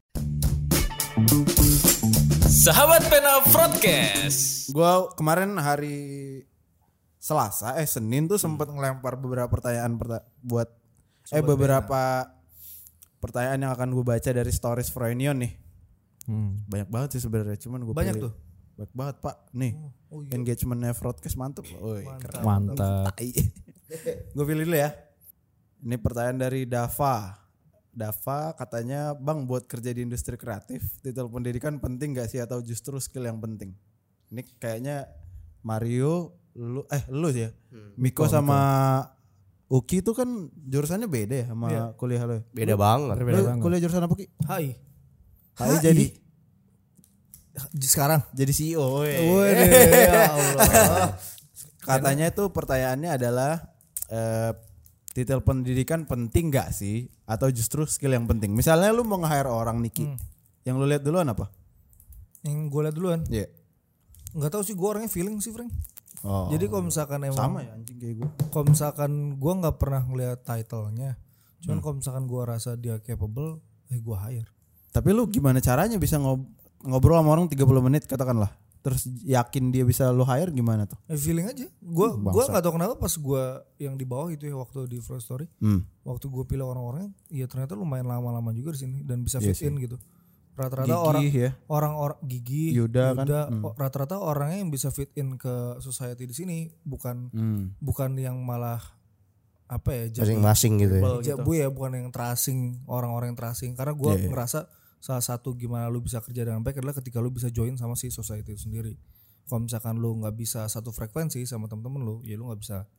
Sahabat Pena Broadcast. Gua kemarin hari Selasa Senin tuh sempat ngelempar beberapa pertanyaan buat beberapa pertanyaan yang akan gue baca dari stories Froynion nih. Banyak banget sih sebenarnya, cuman gue Banyak tuh. Banyak banget Pak. Nih, engagementnya Broadcast mantep. Mantap. Gue pilih dulu ya. Ini pertanyaan dari Dava. Dava katanya, Bang, buat kerja di industri kreatif, titel pendidikan penting gak sih atau justru skill yang penting? Ini kayaknya Mario, lu ya. Miko sama Uki itu kan jurusannya beda ya sama kuliah lo. Beda banget. Lu kuliah jurusan apa Ki? Hai. Jadi Sekarang jadi CEO. ya Allah. Katanya itu pertanyaannya adalah titel pendidikan penting gak sih atau justru skill yang penting? Misalnya lu mau nge-hire orang Niki, yang lu lihat duluan apa? Yang gue lihat duluan. Iya. Nggak tahu sih, gue orangnya feeling sih Frank. Oh. Jadi kalau misalkan emang Sama ya anjing kayak gue. kalau misalkan gue nggak pernah ngeliat title-nya, cuman kalau misalkan gue rasa dia capable, gue hire. Tapi lu gimana caranya bisa ngobrol sama orang 30 menit katakanlah, terus yakin dia bisa lu hire gimana tuh? Feeling aja. Gue nggak tahu kenapa pas gue yang di bawah itu ya, waktu di First Story, waktu gue pilih orang-orangnya, ya ternyata lumayan lama-lama juga di sini dan bisa fit in gitu. Rata-rata orang-orang gigi, Yuda kan. Rata-rata orangnya yang bisa fit in ke society di sini, bukan yang malah apa ya, Masing-masing gitu ya. ya, bukan yang tracing, orang-orang yang tracing. Karena gue ngerasa salah satu gimana lu bisa kerja dengan baik adalah ketika lu bisa join sama si society itu sendiri. Kalau misalkan lu nggak bisa satu frekuensi sama temen-temen lu, ya lu nggak bisa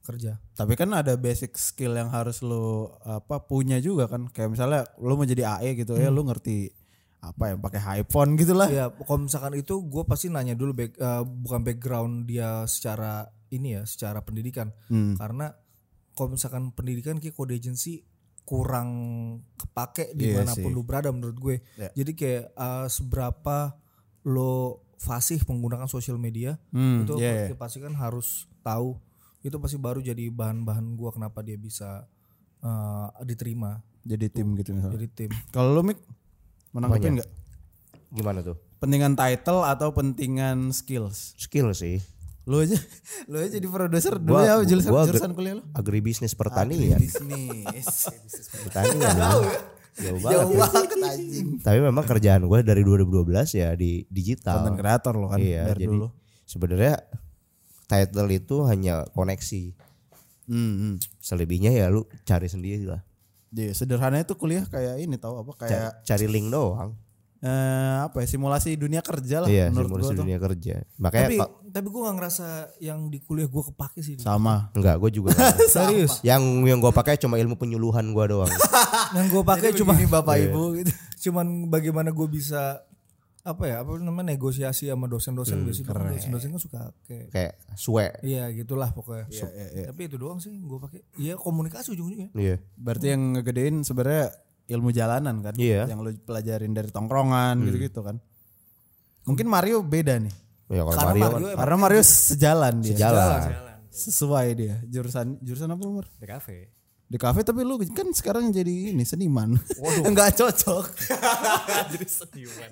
kerja. Tapi kan ada basic skill yang harus lu punya juga kan. Kayak misalnya lu mau jadi AE gitu ya, lu ngerti apa ya, pakai iPhone gitu lah. Ya, kalau misalkan itu gue pasti nanya dulu bukan background dia secara secara pendidikan. Karena kalau misalkan pendidikan kayak code agency kurang kepake dimanapun lu berada menurut gue. Jadi kayak seberapa lo fasih menggunakan sosial media itu pasti kan harus tahu. Itu pasti baru jadi bahan-bahan gue kenapa dia bisa diterima. Jadi tim gitu misalnya. Jadi tim. Kalau lu Mik menanggapin nggak? Gimana tuh? Pentingan title atau pentingan skills? Skill sih. Lu aja jadi produser dulu ya, jurusan kuliah lu. Agribisnis pertanian. Pertanian. Jauh banget anjing. Tapi memang kerjaan gue dari 2012 ya di digital. Content creator lo kan dari dulu. Sebenarnya title itu hanya koneksi. Selebihnya ya lu cari sendiri lah. Iya, sederhananya tuh kuliah kayak ini tahu apa kayak cari link doang. Simulasi dunia kerja lah menurut simulasi dunia kerja. Makanya tapi gue gak ngerasa yang di kuliah gue kepake sih. Sama. Enggak, gue juga serius. Yang gue pakai cuma ilmu penyuluhan gue doang. Yang gue pakai cuma bapak ibu gitu. Cuman bagaimana gue bisa negosiasi sama dosen-dosen. Biasanya dosen-dosen kan suka kayak suwe. Iya gitulah pokoknya. Tapi itu doang sih gue pakai. Iya, komunikasi ujung-ujungnya. Iya. Berarti yang ngegedein sebenarnya ilmu jalanan kan, yang lu pelajarin dari tongkrongan gitu-gitu kan. Mungkin Mario beda nih. Ya kalau karena Mario sejalan dia. Sejalan. Sesuai dia. Jurusan apa nomor? Di kafe tapi lu kan sekarang jadi ini seniman. Waduh. Enggak cocok. Jadi seniman.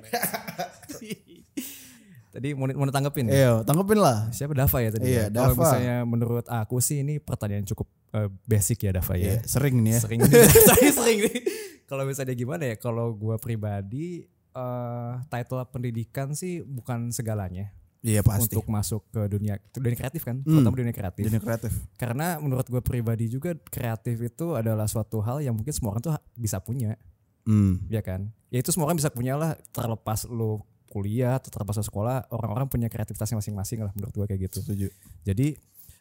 Tadi mau tanggepin. Iya, tanggepin lah. Siapa Dava ya tadi? Iya, Kalau Dava. misalnya menurut aku sih ini pertanyaan cukup basic ya Dava ya. Sering nih ya. Sering nih. Kalau misalnya gimana ya? Kalau gue pribadi title pendidikan sih bukan segalanya. Iya pasti. Untuk masuk ke dunia kreatif kan, terutama dunia kreatif. Dunia kreatif. Karena menurut gue pribadi juga kreatif itu adalah suatu hal yang mungkin semua orang tuh bisa punya, ya kan? Ya itu semua orang bisa punya lah, terlepas lu kuliah atau terlepas lu sekolah, orang-orang punya kreativitasnya masing-masing lah menurut gue kayak gitu. Setuju. Jadi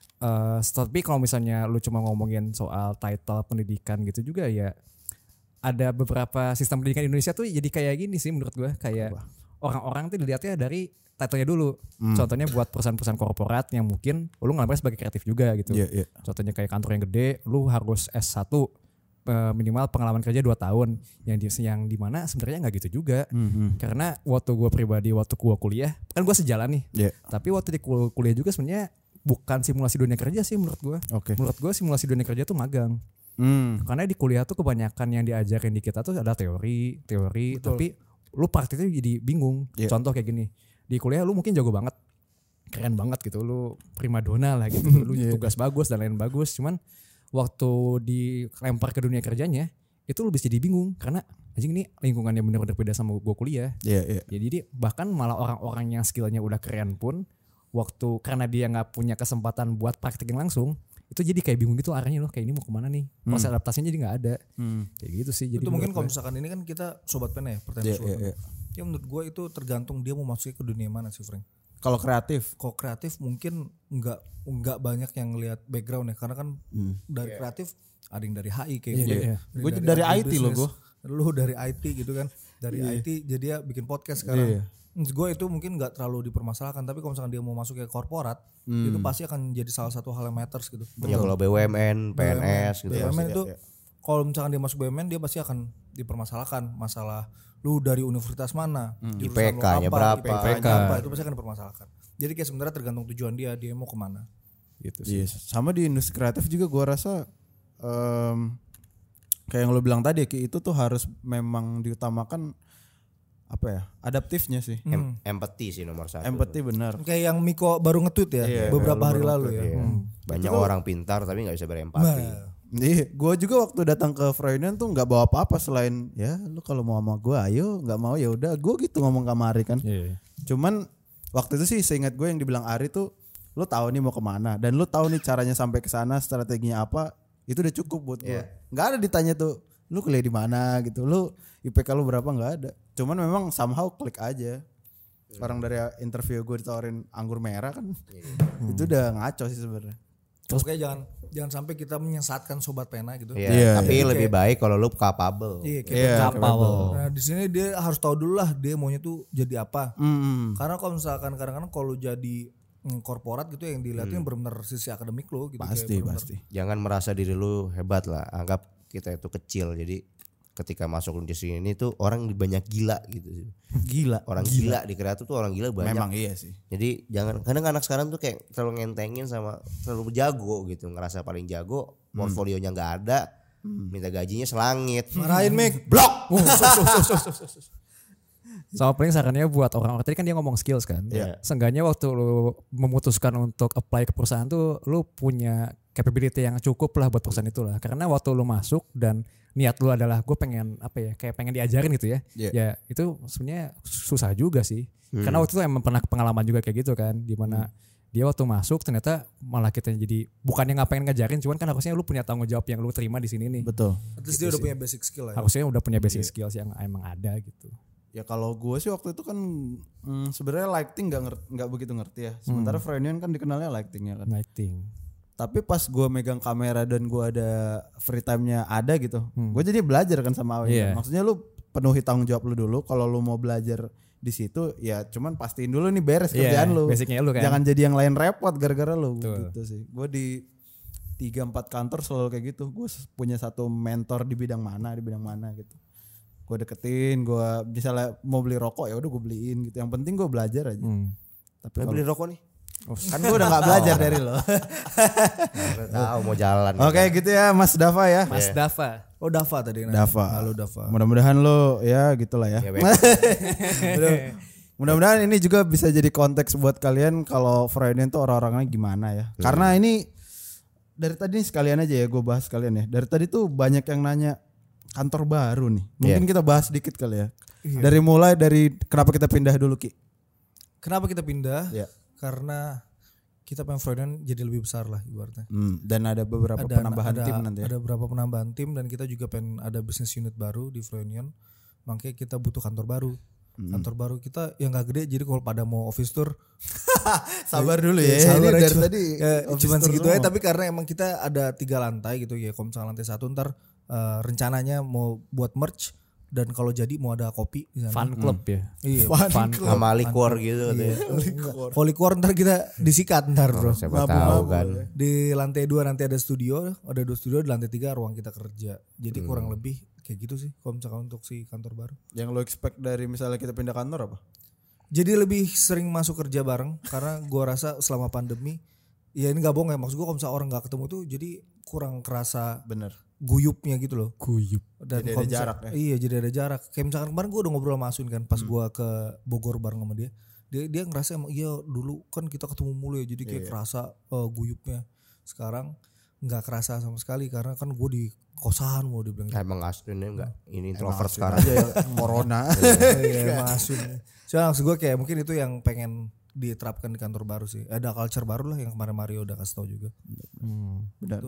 tapi kalau misalnya lu cuma ngomongin soal title pendidikan gitu juga ya, ada beberapa sistem pendidikan Indonesia tuh jadi kayak gini sih menurut gue, kayak orang-orang tuh dilihatnya dari title-nya dulu. Contohnya buat perusahaan-perusahaan korporat yang mungkin lu ngelamar sebagai kreatif juga gitu. Contohnya kayak kantor yang gede, lu harus S1 minimal pengalaman kerja 2 tahun. Yang dimana sebenarnya nggak gitu juga. Karena waktu gue pribadi, waktu gue kuliah, kan gue sejalan nih. Tapi waktu di kuliah juga sebenarnya bukan simulasi dunia kerja sih menurut gue. Menurut gue simulasi dunia kerja tuh magang. Karena di kuliah tuh kebanyakan yang diajarin di kita tuh ada teori. Betul. Tapi lu praktiknya jadi bingung. Contoh kayak gini. Di kuliah lu mungkin jago banget, keren banget gitu, lu primadona lah gitu, lu tugas bagus dan lain bagus. Cuman waktu dilempar ke dunia kerjanya, itu lu bisa jadi bingung karena anjing ini lingkungannya bener-bener beda sama gue kuliah. Jadi bahkan malah orang-orang yang skillnya udah keren pun, waktu karena dia nggak punya kesempatan buat praktekin langsung, itu jadi kayak bingung gitu arahnya loh, kayak ini mau kemana nih, proses adaptasinya jadi nggak ada. Kayak gitu sih. Jadi itu mungkin kalau misalkan ini kan kita sobat pena ya, pertanyaan ya menurut gue itu tergantung dia mau masuk ke dunia mana sih Frank. Kalau kreatif mungkin nggak banyak yang lihat background ya, karena kan dari kreatif ada yang dari HI kayak gue. Gue dari IT loh gue. Lu dari IT gitu kan, dari IT jadi dia bikin podcast sekarang. Gue itu mungkin nggak terlalu dipermasalahkan, tapi kalau misalkan dia mau masuk ke korporat, itu pasti akan jadi salah satu hal yang matters gitu. Ya kalau BUMN, PNS gitu. BUMN itu kalau misalkan dia masuk BUMN dia pasti akan dipermasalahkan masalah lu dari universitas mana, IPK-nya berapa, itu pasti akan dipermasalahkan. Jadi kayak sebenarnya tergantung tujuan dia mau kemana. Gitu sih. Sama di industri kreatif juga gue rasa kayak yang lo bilang tadi Ki, itu tuh harus memang diutamakan apa ya, adaptifnya sih. Empati sih nomor 1. Empati benar. Kayak yang Miko baru nge-tweet ya beberapa hari lalu ya. Banyak orang pintar tapi nggak bisa berempati. Gue juga waktu datang ke Freudian tuh nggak bawa apa-apa selain ya lu kalau mau sama gue ayo, nggak mau ya udah, gue gitu ngomong sama Ari kan. Cuman waktu itu sih seingat gue yang dibilang Ari tuh, lu tahu nih mau kemana dan lu tahu nih caranya sampai ke sana, strateginya apa, itu udah cukup buat gue. Nggak ada ditanya tuh lu kuliah di mana gitu, lu IPK lu berapa, nggak ada. Cuman memang somehow klik aja. Orang dari interview gue ditawarin anggur merah kan, itu udah ngaco sih sebenarnya. Pokoknya jangan sampai kita menyesatkan sobat pena gitu. Tapi lebih baik kalau lu capable. Capable. Nah di sini dia harus tahu dulu lah dia maunya tuh jadi apa. Karena kalau misalkan kadang-kadang kalau jadi korporat gitu yang dilihatin benar-benar sisi akademik lo gitu. Pasti. Jangan merasa diri lu hebat lah. Anggap kita itu kecil. Jadi ketika masuk di sini tuh orang banyak gila gitu. Orang gila di kreatif tuh orang gila banyak. Memang iya sih. Jadi jangan, kadang anak sekarang tuh kayak terlalu ngentengin sama terlalu jago gitu, ngerasa paling jago, portfolionya nggak ada, minta gajinya selangit. Marahin Mik. Blok. Sama paling sarannya buat orang tadi kan dia ngomong skills kan. Seenggaknya waktu lu memutuskan untuk apply ke perusahaan tuh lu punya capability yang cukup lah buat perusahaan itu lah. Karena waktu lu masuk dan niat lu adalah gue pengen kayak pengen diajarin gitu ya. Ya itu sebenarnya susah juga sih. Karena waktu itu emang pernah pengalaman juga kayak gitu kan, dimana dia waktu masuk ternyata malah kita jadi bukannya nggak pengen ngajarin, cuman kan harusnya lu punya tanggung jawab yang lu terima di sini nih. Betul. At least dia udah punya basic skill lah. Harusnya udah punya basic skills yang emang ada gitu. Ya kalau gue sih waktu itu kan sebenarnya lighting nggak begitu ngerti ya. Sementara Freudian kan dikenalnya lightingnya kan. Lighting. Tapi pas gue megang kamera dan gue ada free time-nya ada gitu, gue jadi belajar kan sama Awen. Maksudnya lu penuhi tanggung jawab lu dulu. Kalau lu mau belajar di situ ya cuman pastiin dulu nih beres kerjaan lu. Basicnya lu kan. Jangan jadi yang lain repot gara-gara lu. Gitu sih. Gue di 3-4 kantor selalu kayak gitu. Gue punya satu mentor di bidang mana gitu. Gue deketin, gue misalnya mau beli rokok ya udah gue beliin gitu. Yang penting gue belajar aja. Tapi beli rokok nih. Kan gue udah gak belajar dari lo. Tahu mau jalan. Oke gitu ya Mas Dava ya. Mas Dava. Oh Dava tadi. Dava. Halo Dava. Mudah-mudahan lo ya gitulah ya. Mudah-mudahan ini juga bisa jadi konteks buat kalian kalau Freudian tuh orang-orangnya gimana ya. Karena ini dari tadi nih sekalian aja ya gue bahas kalian ya. Dari tadi tuh banyak yang nanya kantor baru nih. Mungkin kita bahas sedikit kali ya. Dari kenapa kita pindah dulu Ki? Kenapa kita pindah? Karena kita pengen Freudian jadi lebih besar lah ibaratnya. Dan ada beberapa penambahan tim nanti ya. Ada beberapa penambahan tim dan kita juga pengen ada business unit baru di Freudian. Makanya kita butuh kantor baru. Kantor baru kita yang gak gede, jadi kalau pada mau office tour sabar dulu ya. Sabar ini dari cuma, tadi cuma segitu aja, tapi karena emang kita ada 3 lantai gitu ya. Kalau misalnya lantai 1 ntar rencananya mau buat merch dan kalau jadi mau ada kopi di sana. Fun club ya. Iya, fun club. Sama liquor gitu iya. Kalau liquor ntar kita disikat ntar bro. Siapa tahu kan. Di lantai 2 nanti ada 2 studio, di lantai 3 ruang kita kerja. Jadi kurang lebih kayak gitu sih kalau misalkan untuk si kantor baru. Yang lo expect dari misalnya kita pindah kantor apa? Jadi lebih sering masuk kerja bareng karena gua rasa selama pandemi ya ini gak bohong ya, maksud gua kalau misalnya orang gak ketemu tuh jadi kurang kerasa bener guyupnya gitu loh. Guyup. Dan jadi ada jarak ya. Iya jadi ada jarak. Kayak misalkan kemarin gue udah ngobrol sama Asun kan pas gue ke Bogor bareng sama dia. Dia ngerasa emang iya dulu kan kita ketemu mulu ya jadi kayak kerasa guyupnya. Sekarang nggak kerasa sama sekali karena kan gue di kosan mau dibilang. Emang Asunnya enggak ini introvert sekarang. Aja ya, corona. Iya emang Asun. Soalnya maksud gue kayak mungkin itu yang pengen diterapkan di kantor baru sih. Ada culture baru lah yang kemarin Mario udah kasih tau juga. Benar.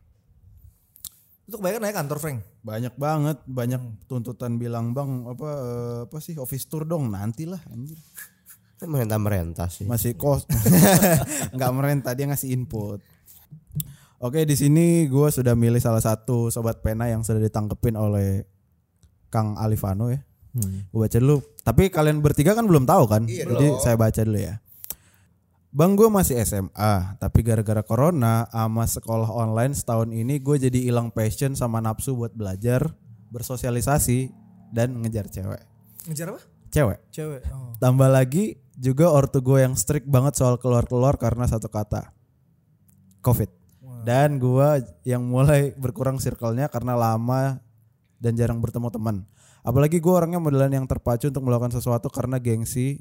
Itu kebanyakan naik kantor Frank. Banyak banget, banyak tuntutan bilang bang apa sih office tour dong nantilah anjir. Merentah sih. Masih kos. Enggak merentah, dia ngasih input. Oke, di sini gue sudah milih salah satu sobat pena yang sudah ditangkepin oleh Kang Alifano ya. Gue baca dulu. Tapi kalian bertiga kan belum tahu kan? Jadi saya baca dulu ya. Bang gue masih SMA, tapi gara-gara corona sama sekolah online setahun ini gue jadi hilang passion sama nafsu buat belajar, bersosialisasi, dan ngejar cewek. Ngejar apa? Cewek. Oh. Tambah lagi juga ortu gue yang strict banget soal keluar-keluar karena satu kata, COVID. Dan gue yang mulai berkurang circle-nya karena lama dan jarang bertemu teman. Apalagi gue orangnya modelan yang terpacu untuk melakukan sesuatu karena gengsi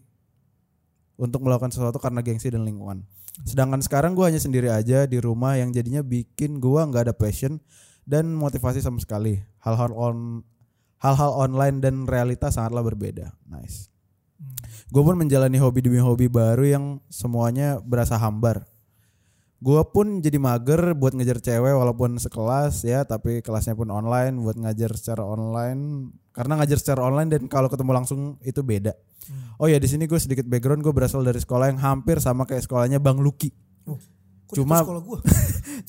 dan lingkungan. Sedangkan sekarang gue hanya sendiri aja di rumah yang jadinya bikin gue nggak ada passion dan motivasi sama sekali. Hal-hal online dan realita sangatlah berbeda. Nice. Gue pun menjalani hobi demi hobi baru yang semuanya berasa hambar. Gue pun jadi mager buat ngejar cewek walaupun sekelas ya, tapi kelasnya pun online buat ngajar secara online. Karena ngajar secara online dan kalau ketemu langsung itu beda. Oh ya di sini gue sedikit background, gue berasal dari sekolah yang hampir sama kayak sekolahnya Bang Lucky. Oh, cuma sekolah gue.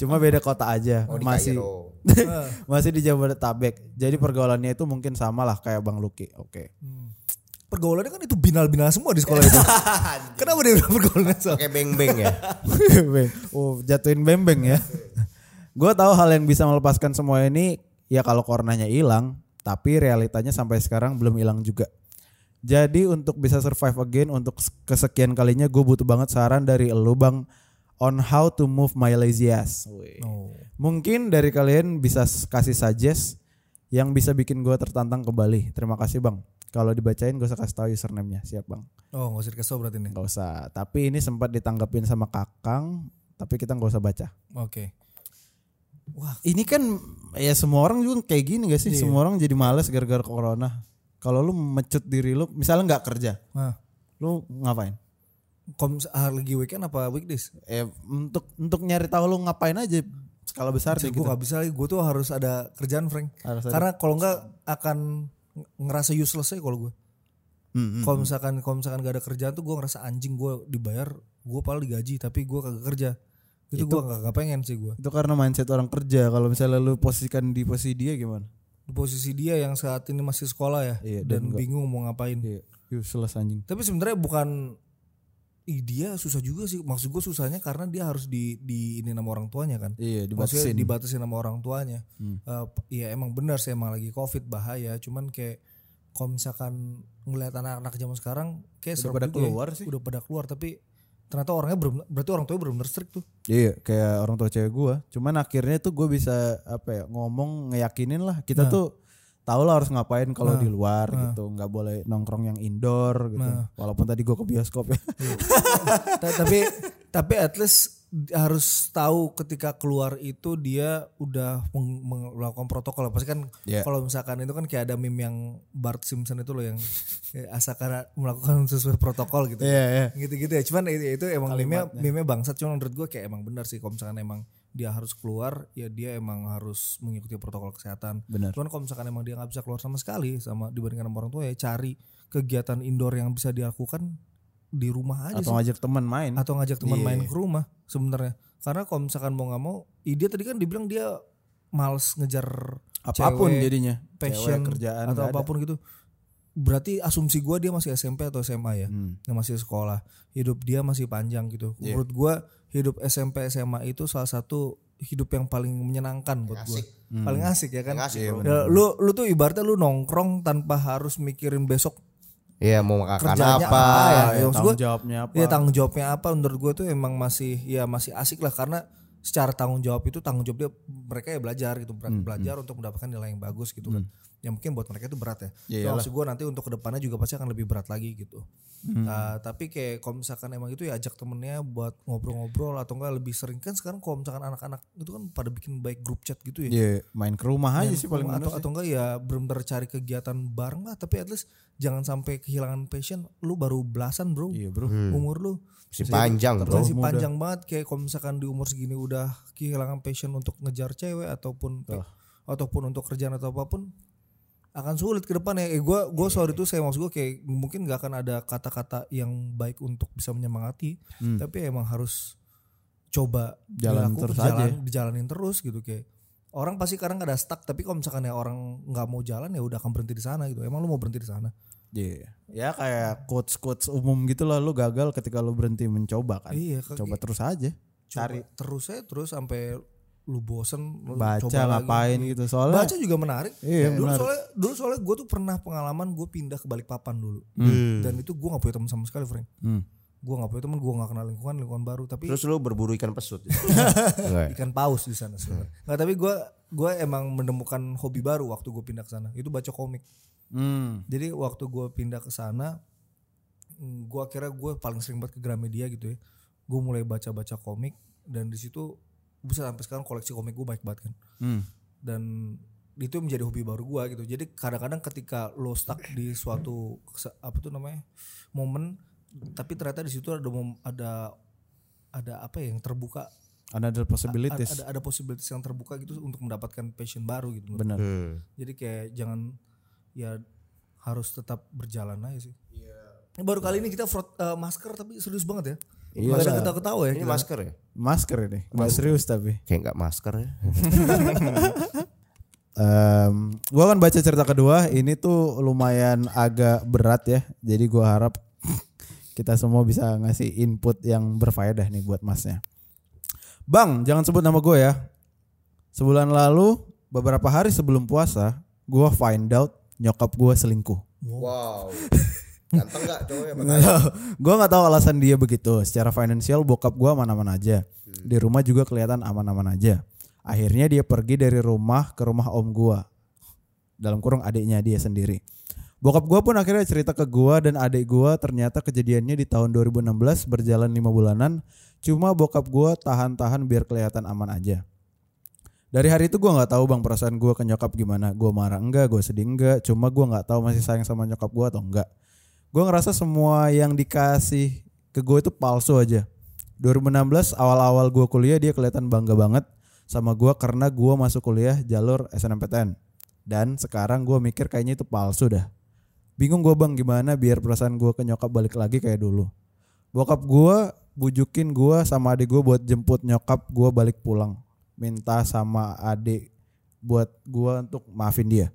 Cuma beda kota aja. Oh, di masih Kairo. masih di Jabodetabek. Jadi pergaulannya itu mungkin sama lah kayak Bang Lucky. Oke. Pergaulannya kan itu binal-binal semua di sekolah itu. Kenapa dia bilang pergaulannya sama? Kayak beng-beng ya. Oh, jatuhin bembeng ya. Gue tahu hal yang bisa melepaskan semua ini ya kalau coronanya hilang, tapi realitanya sampai sekarang belum hilang juga. Jadi untuk bisa survive again untuk kesekian kalinya gue butuh banget saran dari elu Bang on how to move my lazy ass. Mungkin dari kalian bisa kasih suggest yang bisa bikin gue tertantang ke Bali. Terima kasih Bang. Kalau dibacain gak usah kasih tahu username-nya. Siap Bang. Oh gak usah dikasih tau berarti nih. Gak usah. Tapi ini sempat ditanggapin sama Kakang, tapi kita gak usah baca. Oke. Wah, ini kan ya semua orang juga kayak gini gak sih? Iya. Semua orang jadi males gara-gara corona. Kalau lu mecut diri lu, misalnya nggak kerja, lu ngapain? Lagi weekend apa weekdays? Untuk nyari tahu lu ngapain aja skala besar Gue gitu. gak bisa lagi, gue tuh harus ada kerjaan Frank. Karena kalau enggak akan ngerasa useless aja kalau gue. Kalau misalkan gak ada kerjaan tuh gue ngerasa anjing, gue dibayar, gue paling digaji tapi gue kagak kerja. Itu gue gak pengen sih gue. Itu karena mindset orang kerja. Kalau misalnya lu posisikan di posisi dia gimana? Di posisi dia yang saat ini masih sekolah ya, Iya, dan bingung mau ngapain. Iya, useless anjing. Tapi sebenarnya bukan dia susah juga sih. Maksud gue susahnya karena dia harus di ini sama orang tuanya kan. Iya, Maksudnya dibatasin. dibatasin sama orang tuanya. Iya emang benar sih, emang lagi COVID bahaya. Cuman kayak kalau misalkan ngeliat anak-anak zaman sekarang kayak Udah pada keluar sih. Udah pada keluar tapi ternyata orangnya berarti orang tuanya benar-benar strict tuh. Iya, kayak orang tua cewek gue. Cuman akhirnya tuh gue bisa ngomong ngeyakinin lah. Kita tuh tahu lah harus ngapain kalau di luar gitu. Nggak boleh nongkrong yang indoor gitu. Walaupun tadi gue ke bioskop ya. tapi at least harus tahu ketika keluar itu dia udah melakukan protokol. Pasti kan kalau misalkan itu kan kayak ada meme yang Bart Simpson itu loh yang karena melakukan sesuai protokol gitu. Gitu-gitu ya. Cuman itu emang meme bangsat. Cuman menurut gue kayak emang benar sih kalau misalkan emang dia harus keluar ya dia emang harus mengikuti protokol kesehatan. Benar. Cuman kalau misalkan emang dia nggak bisa keluar sama sekali sama dibandingkan sama orang tua ya cari kegiatan indoor yang bisa dilakukan di rumah aja atau ngajak teman main. Atau ngajak teman main ke rumah sebenarnya. Karena kalau misalkan mau nggak mau, dia tadi kan dibilang dia males ngejar apapun cewek, jadinya, passion cewek, kerjaan atau apapun gitu. Berarti asumsi gue dia masih SMP atau SMA ya, yang masih sekolah. Hidup dia masih panjang gitu. Menurut gue hidup SMP SMA itu salah satu hidup yang paling menyenangkan buat gue. Paling asik ya kan. Asik, lu tuh ibaratnya lu nongkrong tanpa harus mikirin besok. Iya mau makan Kerjanya apa ya. Tanggung jawabnya apa? Iya tanggung jawabnya apa menurut gue tuh emang masih asik lah karena secara tanggung jawab itu tanggung jawab dia mereka ya belajar gitu belajar untuk mendapatkan nilai yang bagus gitu kan. Yang mungkin buat mereka itu berat ya. Maksud gue nanti untuk kedepannya juga pasti akan lebih berat lagi gitu. Tapi kayak kalau misalkan emang itu ya ajak temennya buat ngobrol-ngobrol atau enggak lebih sering kan sekarang kalau misalkan anak-anak itu kan pada bikin baik grup chat gitu ya. Iya, main ke rumah aja sih paling bener atau enggak ya benar-benar cari kegiatan bareng lah tapi at least jangan sampai kehilangan passion. Lu baru belasan bro. Iya bro. Umur lu masih panjang bro. Masih panjang banget kayak kalau misalkan di umur segini udah kehilangan passion untuk ngejar cewek ataupun untuk kerjaan atau apapun akan sulit ke depan ya. Gue sorry tuh saya maksud gue kayak mungkin gak akan ada kata-kata yang baik untuk bisa menyemangati tapi emang harus coba dijalanin terus gitu kayak orang pasti kadang ada stuck tapi kalau misalkan ya orang nggak mau jalan ya udah akan berhenti di sana gitu. Emang lu mau berhenti di sana? Iya. Ya kayak quotes umum gitu lah, lu gagal ketika lu berhenti mencoba kan. Iya, coba terus aja. Cari terus sampai lu bosen lu baca coba ngapain lagi. gitu soalnya baca juga menarik. Iya, dulu soalnya gue tuh pernah pengalaman gue pindah ke Balikpapan dulu dan itu gue nggak punya teman sama sekali Frank. Gue nggak punya teman, gue nggak kenal lingkungan baru tapi terus lu berburu ikan pesut ikan paus di sana sebenarnya. Nggak, tapi gue emang menemukan hobi baru waktu gue pindah ke sana itu baca komik. Jadi waktu gue pindah ke sana gue akhirnya gue paling sering banget ke Gramedia gitu ya. Gue mulai baca komik dan di situ bisa sampai sekarang koleksi komik gue baik banget kan. Dan itu menjadi hobi baru gue gitu. Jadi kadang-kadang ketika lo stuck di suatu momen, tapi ternyata di situ ada apa ya yang terbuka. Ada possibilities. Ada possibilities yang terbuka gitu untuk mendapatkan passion baru gitu. Benar. Jadi kayak jangan ya harus tetap berjalan aja sih. Baru kali ini kita masker tapi serius banget ya. Iya. Masa ketawa ya? Ini masker ya? Masker ini. Nggak serius tapi. Kayak nggak masker ya. Gue akan baca cerita kedua. Ini tuh lumayan agak berat ya. Jadi gue harap kita semua bisa ngasih input yang berfaedah nih buat masnya. Bang, jangan sebut nama gue ya. Sebulan lalu, beberapa hari sebelum puasa, gue find out nyokap gue selingkuh. Wow. Ganteng gak cowoknya? Gue gak tahu alasan dia begitu. Secara finansial bokap gue aman-aman aja. Di rumah juga kelihatan aman-aman aja. Akhirnya dia pergi dari rumah ke rumah om gue. Dalam kurung adiknya dia sendiri. Bokap gue pun akhirnya cerita ke gue dan adik gue ternyata kejadiannya di tahun 2016 berjalan 5 bulanan. Cuma bokap gue tahan-tahan biar kelihatan aman aja. Dari hari itu gue gak tahu bang perasaan gue ke nyokap gimana. Gue marah enggak, gue sedih enggak. Cuma gue gak tahu masih sayang sama nyokap gue atau enggak. Gue ngerasa semua yang dikasih ke gue itu palsu aja. 2016 awal-awal gue kuliah dia kelihatan bangga banget sama gue karena gue masuk kuliah jalur SNMPTN. Dan sekarang gue mikir kayaknya itu palsu dah. Bingung gue bang gimana biar perasaan gue ke nyokap balik lagi kayak dulu. Bokap gue bujukin gue sama adik gue buat jemput nyokap gue balik pulang. Minta sama adik buat gue untuk maafin dia.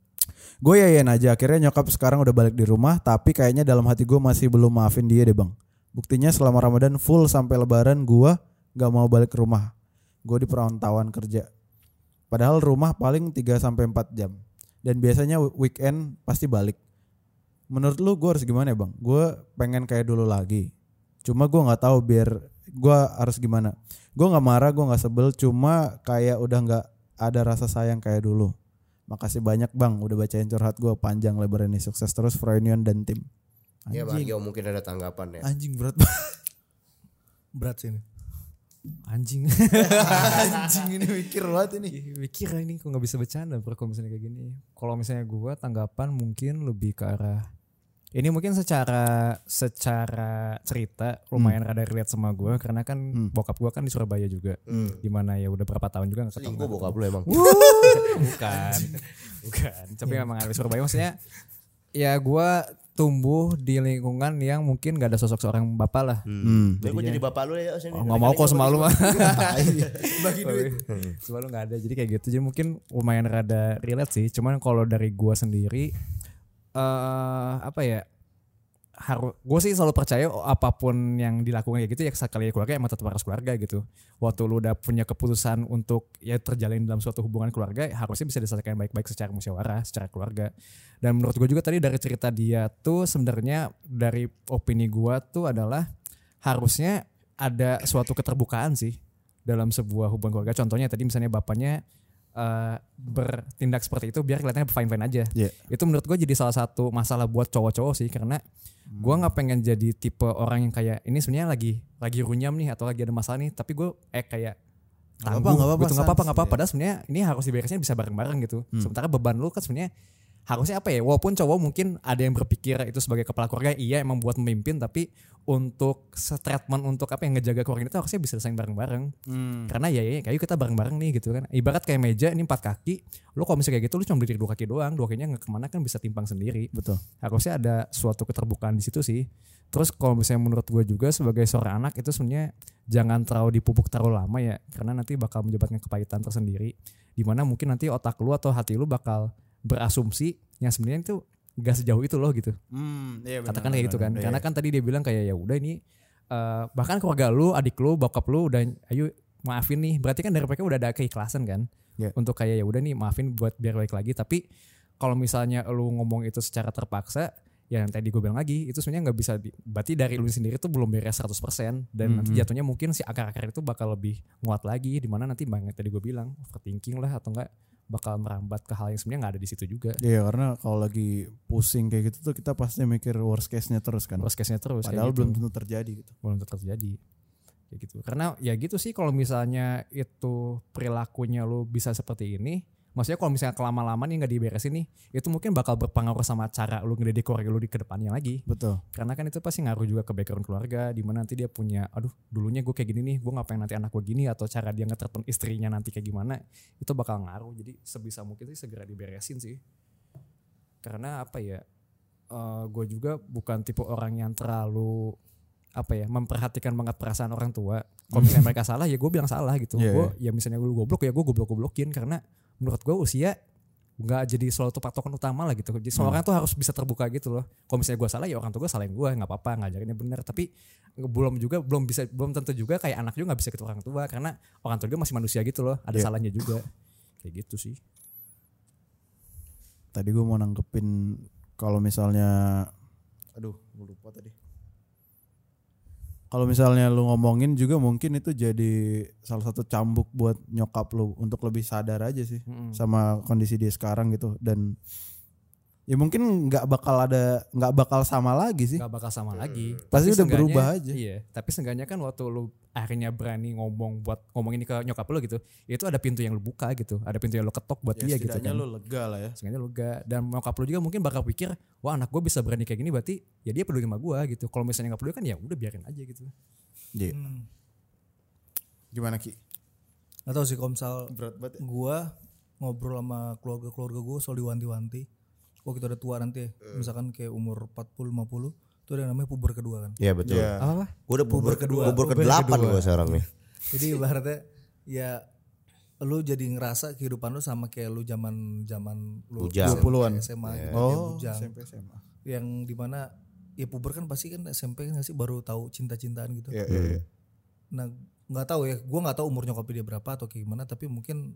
Gue yayain aja, akhirnya nyokap sekarang udah balik di rumah. Tapi kayaknya dalam hati gue masih belum maafin dia deh bang. Buktinya selama Ramadan full sampai lebaran gue gak mau balik ke rumah. Gue di perantauan kerja. Padahal rumah paling 3-4 jam. Dan biasanya weekend pasti balik. Menurut lu gue harus gimana ya bang? Gue pengen kayak dulu lagi. Cuma gue gak tahu biar gue harus gimana. Gue gak marah, gue gak sebel. Cuma kayak udah gak ada rasa sayang kayak dulu. Makasih banyak bang udah bacain curhat gue panjang lebar ini. Sukses terus Froynion dan tim. Ya Bang Gio mungkin ada tanggapan ya. Anjing berat banget. Berat sih ini. Anjing. Anjing ini mikir banget ini. Mikir ini kok gak bisa bercanda bro kalau misalnya kayak gini. Kalau misalnya gue tanggapan mungkin lebih ke arah. Ini mungkin secara cerita lumayan rada relate sama gue. Karena kan bokap gue kan di Surabaya juga. Dimana ya udah berapa tahun juga gak ketemu. Selingkuh bokap lu emang. Bukan. Tapi memang ada di Surabaya. Maksudnya ya gue tumbuh di lingkungan yang mungkin gak ada sosok seorang bapak lah. Gue jadi bapak lu ya. Gak mau kok sama lu mah. Bagi duit. Sama lu gak ada. Jadi kayak gitu. Jadi mungkin lumayan rada relate sih. Cuman kalau dari gue sendiri apa ya, gue sih selalu percaya apapun yang dilakukan kayak gitu ya sekali keluarga emang tetap harus keluarga gitu. Waktu lu udah punya keputusan untuk ya terjalin dalam suatu hubungan keluarga, harusnya bisa diselesaikan baik-baik secara musyawarah, secara keluarga. Dan menurut gue juga tadi dari cerita dia tuh sebenarnya dari opini gue tuh adalah harusnya ada suatu keterbukaan sih dalam sebuah hubungan keluarga. Contohnya tadi misalnya bapaknya bertindak seperti itu biar kelihatannya fine-fine aja. Itu menurut gue jadi salah satu masalah buat cowok-cowok sih, karena gue nggak pengen jadi tipe orang yang kayak ini sebenarnya lagi runyam nih atau lagi ada masalah nih, tapi gue kayak tangguh gitu, nggak apa-apa. Padahal sebenarnya ini harus diberesin bisa bareng-bareng gitu. Sementara beban lu kan sebenarnya harusnya apa ya, walaupun cowok mungkin ada yang berpikir itu sebagai kepala keluarga, iya emang buat memimpin, tapi untuk treatment untuk apa yang ngejaga keluarga itu harusnya bisa selesain bareng-bareng. Karena ya kayak kita bareng-bareng nih gitu kan. Ibarat kayak meja ini 4 kaki, lu kalau misalnya kayak gitu lu cuma berdiri 2 kaki doang, 2 kakinya kemana kan bisa timpang sendiri. Betul. Harusnya ada suatu keterbukaan di situ sih. Terus kalau misalnya menurut gue juga sebagai seorang anak itu sebenarnya jangan terlalu dipupuk terlalu lama ya, karena nanti bakal menyebabkan kepahitan tersendiri. Dimana mungkin nanti otak lu atau hati lu bakal berasumsi yang sebenarnya itu gak sejauh itu loh gitu. Iya benar, katakan kayak gitu kan. Karena kan tadi dia bilang kayak ya udah ini bahkan keluarga lu, adik lu, bokap lu udah ayo maafin nih. Berarti kan dari mereka udah ada keikhlasan kan. Untuk kayak ya udah nih maafin buat biar baik lagi. Tapi kalau misalnya lu ngomong itu secara terpaksa, ya yang tadi gue bilang lagi itu sebenarnya nggak bisa berarti dari lu sendiri tuh belum beres 100%. Dan nanti jatuhnya mungkin si akar-akar itu bakal lebih nguat lagi, dimana nanti banget tadi gue bilang overthinking lah atau enggak bakal merambat ke hal yang sebenarnya nggak ada di situ juga. Iya, karena kalau lagi pusing kayak gitu tuh kita pasti mikir worst case-nya terus kan. Worst case-nya terus. Padahal belum tentu terjadi gitu. Belum tentu terjadi. Kayak gitu. Karena ya gitu sih kalau misalnya itu perilakunya lu bisa seperti ini, maksudnya kalau misalnya kelama-lama nih nggak diberesin nih, itu mungkin bakal berpengaruh sama cara lu ngedidik keluarga lu di kedepannya lagi. Betul. Karena kan itu pasti ngaruh juga ke background keluarga, di mana nanti dia punya, aduh dulunya gue kayak gini nih, gue ngapain nanti anak gue gini, atau cara dia nge-treatment istrinya nanti kayak gimana, itu bakal ngaruh. Jadi sebisa mungkin sih segera diberesin sih. Karena apa ya, gue juga bukan tipe orang yang terlalu memperhatikan banget perasaan orang tua. Kalau misalnya mereka salah ya gue bilang salah gitu. Gue ya misalnya gue goblok ya gue goblok-goblokin, karena menurut gue usia nggak jadi suatu patokan utama lah gitu. Jadi seorang tuh harus bisa terbuka gitu loh. Kalau misalnya gue salah ya orang tua gue salahin gue, nggak apa-apa, ngajarinnya benar. Tapi belum tentu juga kayak anak juga nggak bisa ke orang tua, karena orang tua juga masih manusia gitu loh. Ada salahnya juga. Kayak gitu sih. Tadi gue mau nanggepin kalau misalnya, gue lupa tadi. Kalau misalnya lu ngomongin juga mungkin itu jadi salah satu cambuk buat nyokap lu untuk lebih sadar aja sih sama kondisi dia sekarang gitu, dan ya mungkin nggak bakal sama lagi sih. Nggak bakal sama lagi. Pasti udah berubah aja. Iya. Tapi seenggaknya kan waktu lu akhirnya berani ngomong ini ke nyokap lu gitu, itu ada pintu yang lu buka gitu, ada pintu yang lu ketok buat dia gitu kan. Setidaknya lu lega lah ya. Setidaknya lu lega. Dan nyokap lu juga mungkin bakal pikir, wah anak gue bisa berani kayak gini, berarti ya dia peduli sama gue gitu. Kalau misalnya nggak peduli kan ya udah biarin aja gitu. Iya. Gimana Ki? Nggak tahu sih kalau misal gue ngobrol sama keluarga gue soal diwanti-wanti. Oh kita udah tua nanti ya, misalkan kayak umur 40-50 itu ada yang namanya puber kedua kan. Iya betul. Apa? Gue udah puber ke-8 gue sekarang nih. Jadi ibaratnya ya lu jadi ngerasa kehidupan lu sama kayak lu zaman lu 20-an SMA gitu, bujang. SMP SMA. Yang dimana ya puber kan pasti kan SMP kan sih baru tahu cinta-cintaan gitu. Iya. Nah nggak tahu ya, gue nggak tahu umur nyokapnya dia berapa atau kayak gimana, tapi mungkin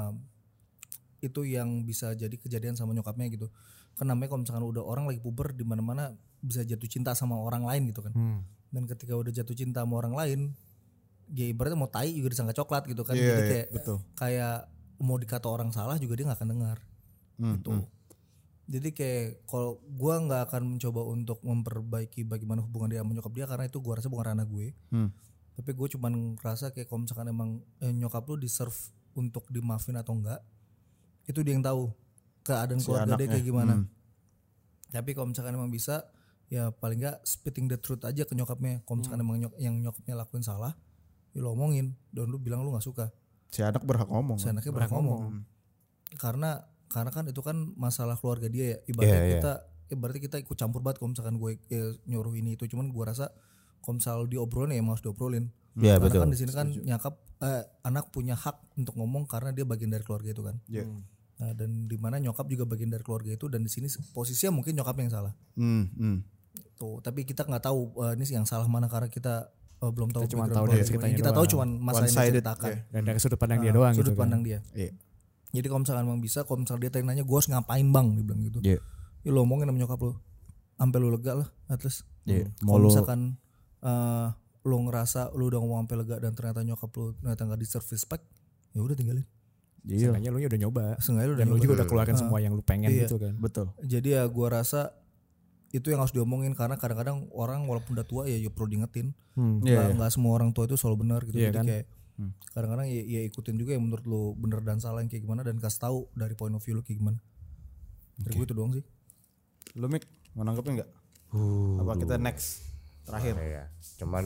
itu yang bisa jadi kejadian sama nyokapnya gitu. Kan namanya kalau misalkan udah orang lagi puber di mana-mana bisa jatuh cinta sama orang lain gitu kan. Dan ketika udah jatuh cinta sama orang lain, ya ibaratnya mau tai juga disangka coklat gitu kan. Jadi kayak kayak mau dikata orang salah juga dia nggak akan dengar. Gitu. Jadi kayak kalau gue nggak akan mencoba untuk memperbaiki bagaimana hubungan dia sama nyokap dia, karena itu gue rasa bukan ranah gue. Tapi gue cuman ngerasa kayak kalau misalkan emang nyokap lu deserve untuk dimaafin atau enggak, itu dia yang tahu keadaan keluarga dia kayak gimana. Tapi kalau misalkan emang bisa, ya paling enggak spitting the truth aja ke nyokapnya. Kalau misalkan emang yang nyokapnya lakuin salah, ya lo omongin dan lu bilang lu nggak suka. Si anak berhak ngomong. Si anaknya berhak ngomong. Karena kan itu kan masalah keluarga dia ya. Ibaratnya kita ikut campur banget kalau misalkan gue nyuruh ini itu. Cuman gue rasa kalau misal diobrolin ya emang harus diobrolin. Iya karena betul. kan di sini kan anak punya hak untuk ngomong karena dia bagian dari keluarga itu kan. Nah, dan di mana nyokap juga bagian dari keluarga itu, dan di sini posisinya mungkin nyokap yang salah. Tuh, tapi kita nggak tahu ini yang salah mana karena kita belum tahu. Cuma tahu dari ceritanya. Kita tahu cuman masa yang diceritakan. Dan dari sudut pandang dia doang gitu. Sudut pandang dia. Jadi kalau misalkan emang bisa, kalau misalkan dia tadi nanya gue harus ngapain bang, dia bilang gitu. Ya lo omongin sama nyokap lo, sampai lo lega lah at least. Kalau misalkan lo ngerasa lo udah ngomong sampai lega dan ternyata nyokap lo ternyata nggak deserve respect, ya udah tinggalin. Seenggaknya lu udah nyoba. Dan lu juga udah keluarin semua yang lu pengen gitu kan. Betul. Jadi ya gue rasa itu yang harus diomongin, karena kadang-kadang orang walaupun udah tua ya perlu diingetin. Nggak semua orang tua itu selalu benar gitu. Jadi kan? Kayak kadang-kadang ya ikutin juga yang menurut lu bener dan salah yang kayak gimana, dan kasih tahu dari point of view lu kayak gimana. Dari gue itu doang sih. Lu Mik, mau nanggepin nggak? Apa kita next terakhir? Ya. Cuman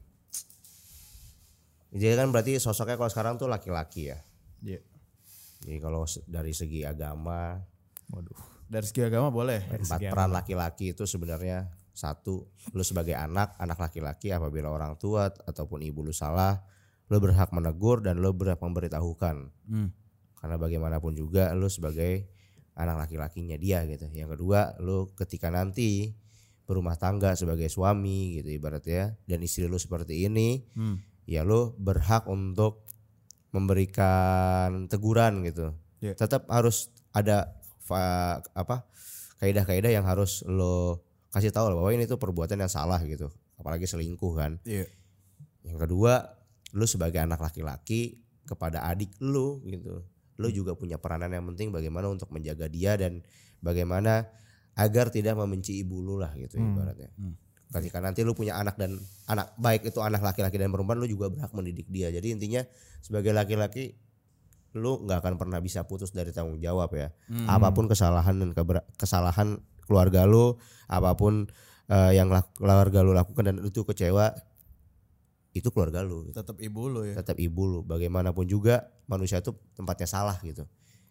jadi kan berarti sosoknya kalau sekarang tuh laki-laki ya. Iya. Jadi kalau dari segi agama, dari segi agama boleh. Peran laki-laki itu sebenarnya satu, lu sebagai anak laki-laki apabila orang tua ataupun ibu lu salah, lu berhak menegur dan lu berhak memberitahukan. Karena bagaimanapun juga lu sebagai anak laki-lakinya dia gitu. Yang kedua, lu ketika nanti berumah tangga sebagai suami gitu ibaratnya, dan istri lu seperti ini, ya lu berhak untuk memberikan teguran gitu. Tetap harus ada kaidah-kaidah yang harus lo kasih tahu bahwa ini tuh perbuatan yang salah gitu, apalagi selingkuh kan. Yang kedua, lu sebagai anak laki-laki kepada adik lu gitu, lu juga punya peranan yang penting bagaimana untuk menjaga dia dan bagaimana agar tidak membenci ibu lu lah gitu ibaratnya. Ketika nanti lu punya anak, dan anak baik itu anak laki-laki dan perempuan, lu juga berhak mendidik dia. Jadi intinya sebagai laki-laki lu nggak akan pernah bisa putus dari tanggung jawab ya. Apapun kesalahan dan kesalahan keluarga lu, apapun yang keluarga lu lakukan dan itu kecewa, itu keluarga lu. Tetap ibu lu ya. Tetap ibu lu. Bagaimanapun juga manusia itu tempatnya salah gitu.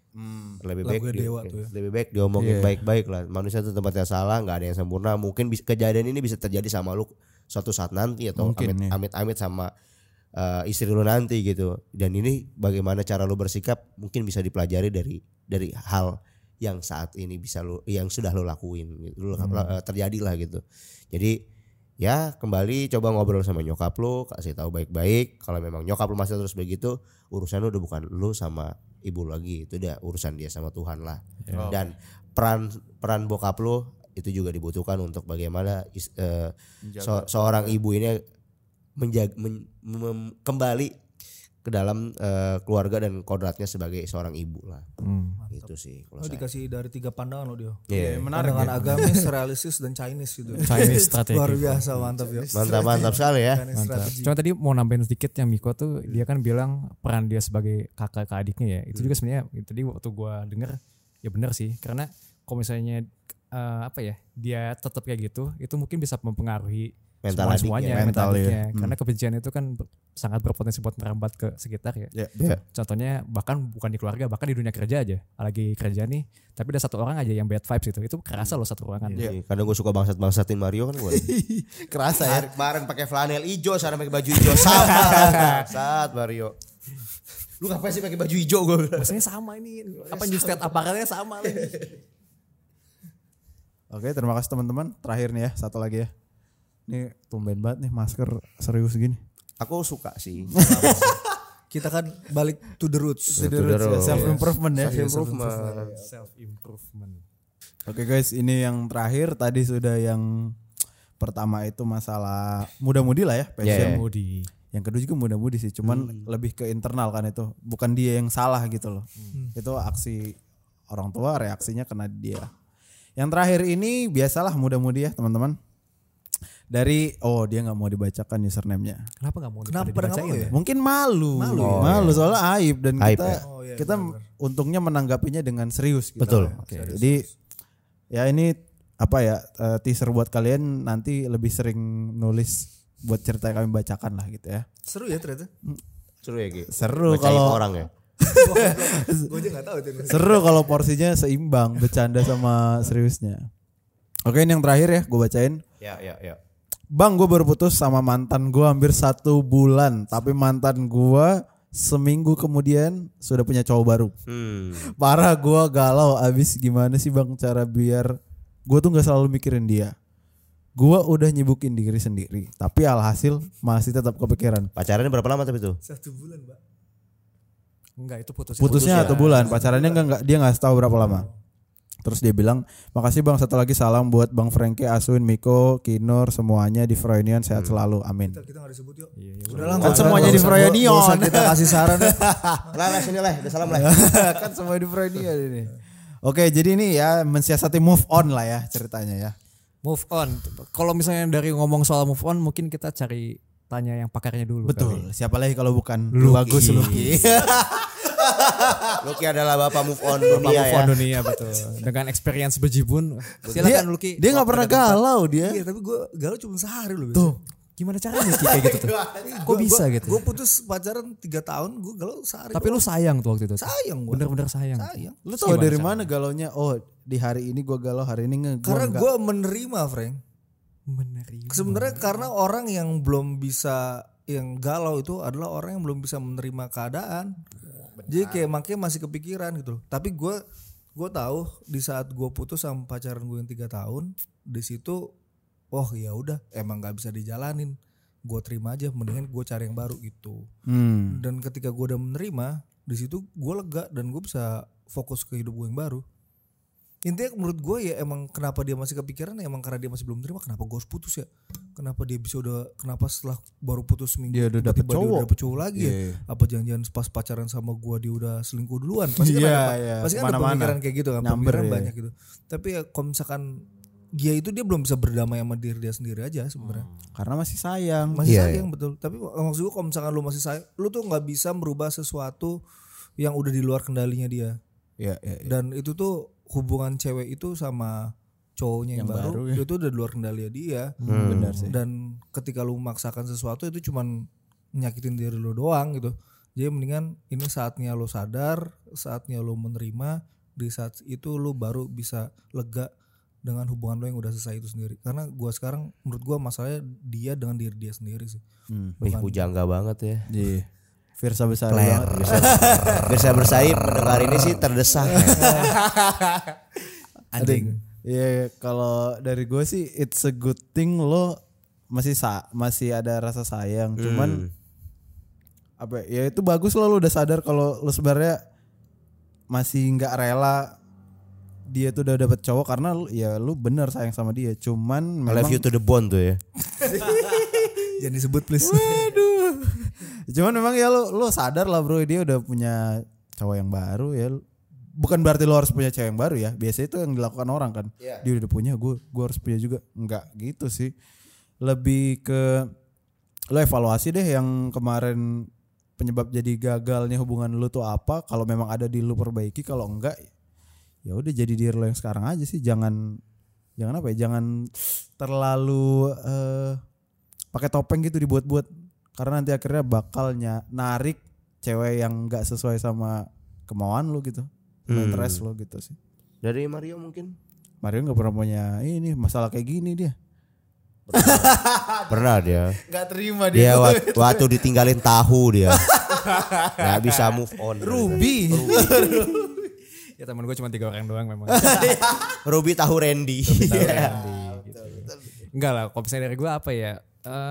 Lebih baik diomongin baik-baik lah. Manusia itu tempatnya salah, nggak ada yang sempurna. Mungkin kejadian ini bisa terjadi sama lu suatu saat nanti atau Mungkin, amit-amit sama istri lu nanti gitu. Dan ini bagaimana cara lu bersikap mungkin bisa dipelajari dari hal yang saat ini yang sudah lu lakuin gitu. Terjadilah gitu. Jadi ya kembali coba ngobrol sama nyokap lu, kasih tahu baik-baik kalau memang nyokap lu masih terus begitu, urusan lu udah bukan lu sama ibu lagi, itu udah urusan dia sama Tuhan lah. Dan peran bokap lu itu juga dibutuhkan untuk bagaimana seorang ibu ini kembali ke dalam keluarga dan kodratnya sebagai seorang ibu lah. Itu sih kalau saya. Dikasih dari 3 pandangan loh dia. Menarik. Pandangan agamis, realistis dan Chinese gitu. Chinese strategi. Luar biasa, mantap ya. Mantap sekali ya. Mantap. Cuma tadi mau nambahin sedikit yang Miko tuh dia kan bilang peran dia sebagai kakak ke adiknya ya. Itu juga sebenarnya tadi waktu gua denger ya benar sih, karena kalau misalnya dia tetap kayak gitu, itu mungkin bisa mempengaruhi semuanya mental adiknya. Karena kebencian itu kan sangat berpotensi buat merambat ke sekitar ya. Contohnya bahkan bukan di keluarga, bahkan di dunia kerja aja. Lagi kerja nih, tapi ada satu orang aja yang bad vibes itu kerasa loh satu ruangan. Kadang gue suka bangsatin Mario kan gue. Kerasa ya. Kemarin pakai flanel hijau, sekarang pakai baju hijau sama. Saat Mario. Lu ngapain sih pakai baju hijau gue? Maksudnya sama ini. Apa new state aparatnya sama lagi. Oke, terima kasih teman-teman. Terakhir nih ya, satu lagi ya. Ini tumben banget nih masker serius gini. Aku suka sih. Kita kan balik to the roots. Self improvement ya. Self improvement. Oke guys, ini yang terakhir. Tadi sudah yang pertama itu masalah muda-mudi lah ya, passion. Mudi. Yang kedua juga muda-mudi sih, cuman lebih ke internal kan itu. Bukan dia yang salah gitu loh. Itu aksi orang tua, reaksinya kena dia. Yang terakhir ini biasalah muda-mudi ya teman-teman. Dari dia nggak mau dibacakan username-nya. Kenapa nggak mau? Ya? Mungkin malu soalnya aib dan kita untungnya menanggapinya dengan serius. Gitu. Betul. Jadi ya ini teaser buat kalian nanti lebih sering nulis buat cerita yang kami bacakan lah gitu ya. Seru ya ternyata. Seru ya Ki. Seru bacain kalau orang ya. Gue aja nggak tahu itu. Seru kalau porsinya seimbang, bercanda sama seriusnya. Oke, ini yang terakhir ya, gue bacain. Ya. Bang, gue baru putus sama mantan gue hampir 1 bulan, tapi mantan gue seminggu kemudian sudah punya cowok baru. Parah, gue galau abis. Gimana sih bang cara biar gue tuh nggak selalu mikirin dia? Gue udah nyibukin diri sendiri, tapi alhasil masih tetap kepikiran. Pacarannya berapa lama tapi itu? 1 bulan, Mbak. Enggak, itu putusnya 1 bulan, pacarannya enggak, dia nggak tahu berapa lama. Terus dia bilang, makasih bang, satu lagi salam buat bang Frankie, Aswin, Miko, Kinur, semuanya di Froynion, sehat selalu, amin. Kita nggak disebut yuk. Udahlah, kan semuanya di Froynion. Gak usah kita kasih saran ya. Lah sini lah, udah salam lah. Kan semua di Froynion ini. Oke, jadi ini ya mensiasati move on lah ya ceritanya ya. Move on. Kalau misalnya dari ngomong soal move on, mungkin kita cari tanya yang pakarnya dulu. Betul. Siapa lagi kalau bukan Lucky. Bagus Lucky. Lucky adalah bapak move on Bapak dunia move ya. on dunia betul. Dengan experience bejibun. Silakan Lucky. Dia nggak pernah galau dia. Iya, tapi gue galau cuma sehari loh. Tuh. Gimana caranya kayak gitu tuh? Kok bisa gitu? Gue putus pacaran 3 tahun, gue galau sehari. Tapi lu sayang tuh waktu itu. Sayang gue. Bener-bener sayang. Lu tau dari mana galaunya? Oh, di hari ini gue galau, hari ini Karena gue menerima, Frank. Menerima. Sebenarnya karena orang yang belum bisa, yang galau itu adalah orang yang belum bisa menerima keadaan. Jadi kayak makanya masih kepikiran gitu loh. Tapi gue tahu di saat gue putus sama pacaran gue yang 3 tahun, di situ ya udah emang nggak bisa dijalanin. Gue terima aja, mendingan gue cari yang baru gitu. Dan ketika gue udah menerima, di situ gue lega dan gue bisa fokus ke hidup gue yang baru. Intinya menurut gue ya emang kenapa dia masih kepikiran ya emang karena dia masih belum terima. Kenapa gue harus putus ya? Kenapa dia bisa kenapa setelah baru putus seminggu dia udah dapet cowok lagi ya? Apa jangan-jangan pas pacaran sama gue dia udah selingkuh duluan? Pasti kan pasti kan ada pemikiran kayak gitu kan, pemikiran banyak gitu. Tapi ya kalau misalkan dia belum bisa berdamai sama diri dia sendiri aja sebenarnya. Karena masih sayang. Sayang betul. Tapi maksud gue kalau misalkan lu masih sayang, lu tuh nggak bisa merubah sesuatu yang udah di luar kendalinya dia. Iya. Dan itu tuh hubungan cewek itu sama cowoknya yang baru ya. Itu udah di luar kendali dia. Benar sih. Dan ketika lu memaksakan sesuatu itu cuman nyakitin diri lu doang gitu. Jadi mendingan ini saatnya lu sadar, saatnya lu menerima, di saat itu lu baru bisa lega dengan hubungan lo yang udah selesai itu sendiri. Karena gua sekarang menurut gua masalahnya dia dengan diri dia sendiri sih. Wih, pujangga banget ya. Iya. Firsa besar banget. Bisa bersaing mendengar ini sih terdesak. Anjing. Iya, kalau dari gue sih it's a good thing lo masih ada rasa sayang. Cuman apa ya, itu bagus lo udah sadar kalau lo sebenarnya masih nggak rela dia tuh udah dapet cowok karena ya lu bener sayang sama dia. Cuman I love you to the bone tuh ya. Jangan disebut please. Waduh. Cuman memang ya lo sadar lah bro, dia udah punya cowok yang baru ya. Bukan berarti lo harus punya cewek yang baru ya. Biasanya itu yang dilakukan orang kan. Yeah. Dia udah punya, gue harus punya juga. Enggak gitu sih. Lebih ke lo evaluasi deh yang kemarin penyebab jadi gagalnya hubungan lo tuh apa. Kalau memang ada di lo perbaiki, kalau enggak ya udah jadi diri lo yang sekarang aja sih. Jangan apa ya? Jangan terlalu pakai topeng gitu dibuat-buat. Karena nanti akhirnya bakalnya narik cewek yang gak sesuai sama kemauan lo gitu, interest lo gitu sih. Dari Mario mungkin? Mario gak pernah punya ini masalah kayak gini dia. Pernah dia. Gak terima dia. Dia waktu ditinggalin tahu dia. Gak bisa move on. Ruby. Ya teman gue cuma 3 orang doang memang. Ruby tahu Randy. Gitu. Enggak lah, kalau misalnya dari gue apa ya?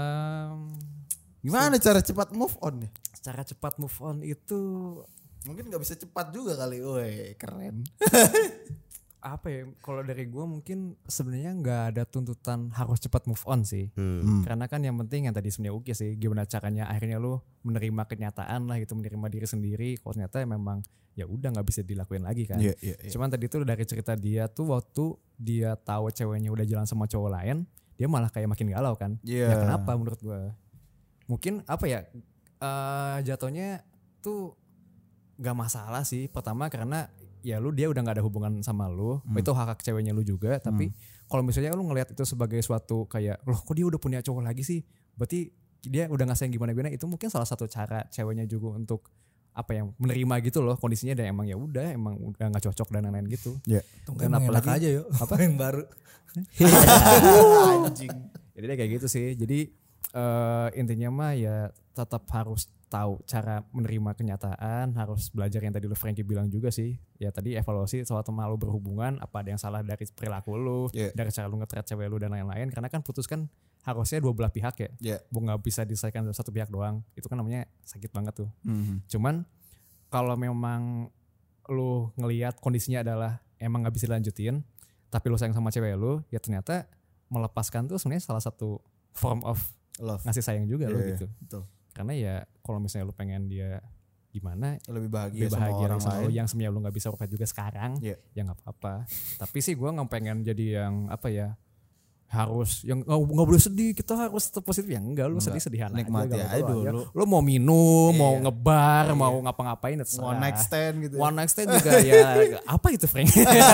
Gimana cara cepat move on nih? Cara cepat move on itu mungkin gak bisa cepat juga kali. Woi, keren. Apa ya, kalau dari gue mungkin sebenarnya nggak ada tuntutan harus cepat move on sih. Karena kan yang penting yang tadi sebenarnya oke sih, gimana caranya akhirnya lu menerima kenyataan lah gitu, menerima diri sendiri. Kalau ternyata memang ya udah nggak bisa dilakuin lagi kan. Yeah. Cuman tadi tuh dari cerita dia tuh waktu dia tahu ceweknya udah jalan sama cowok lain, dia malah kayak makin galau kan. Ya kenapa menurut gue? Mungkin apa ya, jatuhnya tuh gak masalah sih. Pertama karena ya dia udah gak ada hubungan sama lu, itu hak ceweknya lu juga. Tapi kalau misalnya lu ngelihat itu sebagai suatu kayak, loh kok dia udah punya cowok lagi sih, berarti dia udah gak sayang gimana-gimana. Itu mungkin salah satu cara ceweknya juga untuk apa yang menerima gitu loh kondisinya, dan emang ya udah emang udah gak cocok dan lain-lain gitu. Dan apalagi aja yuk apa yang baru. Anjing. Jadi kayak gitu sih. Jadi intinya mah ya tetap harus tahu cara menerima kenyataan, harus belajar yang tadi lu Frankie bilang juga sih. Ya tadi evaluasi soal teman lu berhubungan, apa ada yang salah dari perilaku lu, dari cara lu nge-treat cewek lu dan lain-lain. Karena kan putus kan harusnya dua belah pihak ya. Bukan gak bisa diselesaikan dari satu pihak doang. Itu kan namanya sakit banget tuh. Cuman kalau memang lu ngelihat kondisinya adalah emang gak bisa dilanjutin, tapi lu sayang sama cewek lu, ya ternyata melepaskan tuh sebenarnya salah satu form of love, ngasih sayang juga lo gitu. Betul. Karena ya kalau misalnya lu pengen dia gimana, lebih bahagia sama orang lain yang sebenarnya lu nggak bisa provide juga sekarang, ya nggak apa-apa. Tapi sih gue nggak pengen jadi yang apa ya, harus yang nggak boleh sedih, kita harus tetap positif. Ya enggak, lu sedih-sedihan nikmati aja dulu. Lu mau minum, mau ngebar, mau ngapa-ngapain, one night stand gitu. One night stand juga ya apa itu Frank?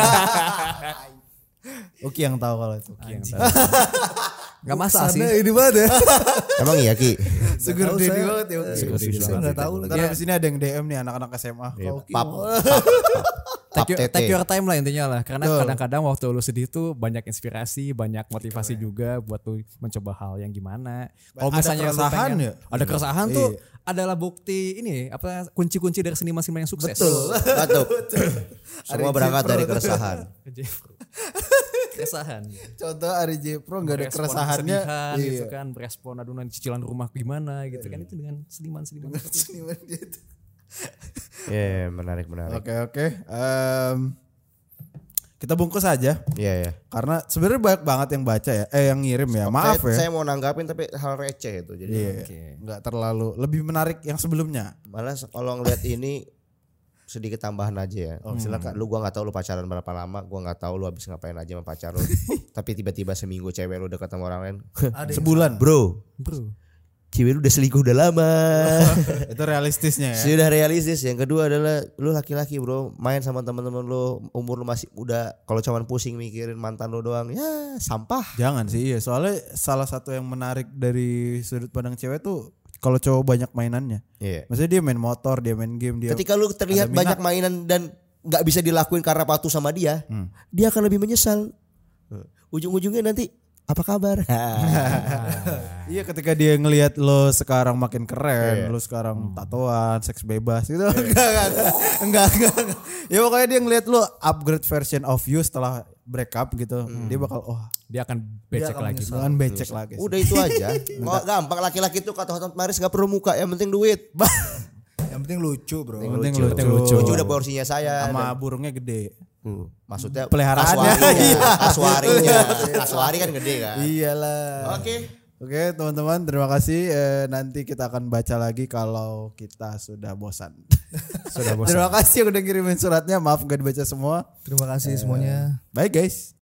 Oke yang tahu kalau itu. Gak masalah sih. Ini banget ya. Emang iya Ki? Sugar daddy banget ya. Saya gak tahu lagi. Karena di sini ada yang DM nih anak-anak SMA. Take your time lah intinya lah. Karena kadang-kadang waktu lu sedih tuh banyak inspirasi, banyak motivasi juga buat lu mencoba hal yang gimana. Kalau misalnya keresahan lu pengen, ada keresahan tuh adalah bukti ini apa kunci-kunci dari seniman-seniman yang sukses. Betul. Semua berangkat dari keresahan. Keresahan. Contoh Ari Jepro nggak ada keresahannya, gitu kan, berespon adunan cicilan rumah gimana gitu kan, itu dengan seniman-seniman gitu. Menarik. Oke. Kita bungkus aja. Iya. Karena sebenarnya banyak banget yang baca ya, yang ngirim ya. Maaf ya. Saya mau nanggapin tapi hal receh itu, jadi nggak terlalu lebih menarik yang sebelumnya. Malah kalau ngeliat ini sedikit tambahan aja ya. Silakan. Lu gua nggak tahu lu pacaran berapa lama, gua nggak tahu lu habis ngapain aja sama pacar lu. Tapi tiba-tiba seminggu cewek lu dekat sama orang lain. Sebulan. Bro. Cewek lu udah selingkuh udah lama. Itu realistisnya ya. Sudah realistis. Yang kedua adalah lu laki-laki bro, main sama teman-teman lu, umur lu masih muda. Kalau cuman pusing mikirin mantan lu doang, ya sampah. Jangan sih, iya. Soalnya salah satu yang menarik dari sudut pandang cewek tuh kalau cowok banyak mainannya. Maksudnya dia main motor, dia main game, dia. Ketika lu terlihat banyak mainan dan nggak bisa dilakuin karena patuh sama dia, dia akan lebih menyesal. Ujung-ujungnya nanti apa kabar? Iya, ketika dia ngelihat lo sekarang makin keren, lo sekarang tatoan, seks bebas gitu. Enggak. Ya pokoknya dia ngelihat lo upgrade version of you setelah break up gitu. Dia bakal dia akan becek lagi. Jangan becek lagi. Udah itu aja. Nggak gampang, laki-laki itu kata Hotman Paris gak perlu muka, yang penting duit. Yang penting lucu, bro. Yang penting lucu. Lucu udah porsinya saya. Sama burungnya gede. Maksudnya peliharaannya. Aswari kan gede kan. Iyalah. Oke, teman-teman, terima kasih. Nanti kita akan baca lagi kalau kita sudah bosan. Terima kasih udah ngirimin suratnya. Maaf gak dibaca semua. Terima kasih semuanya. Bye guys.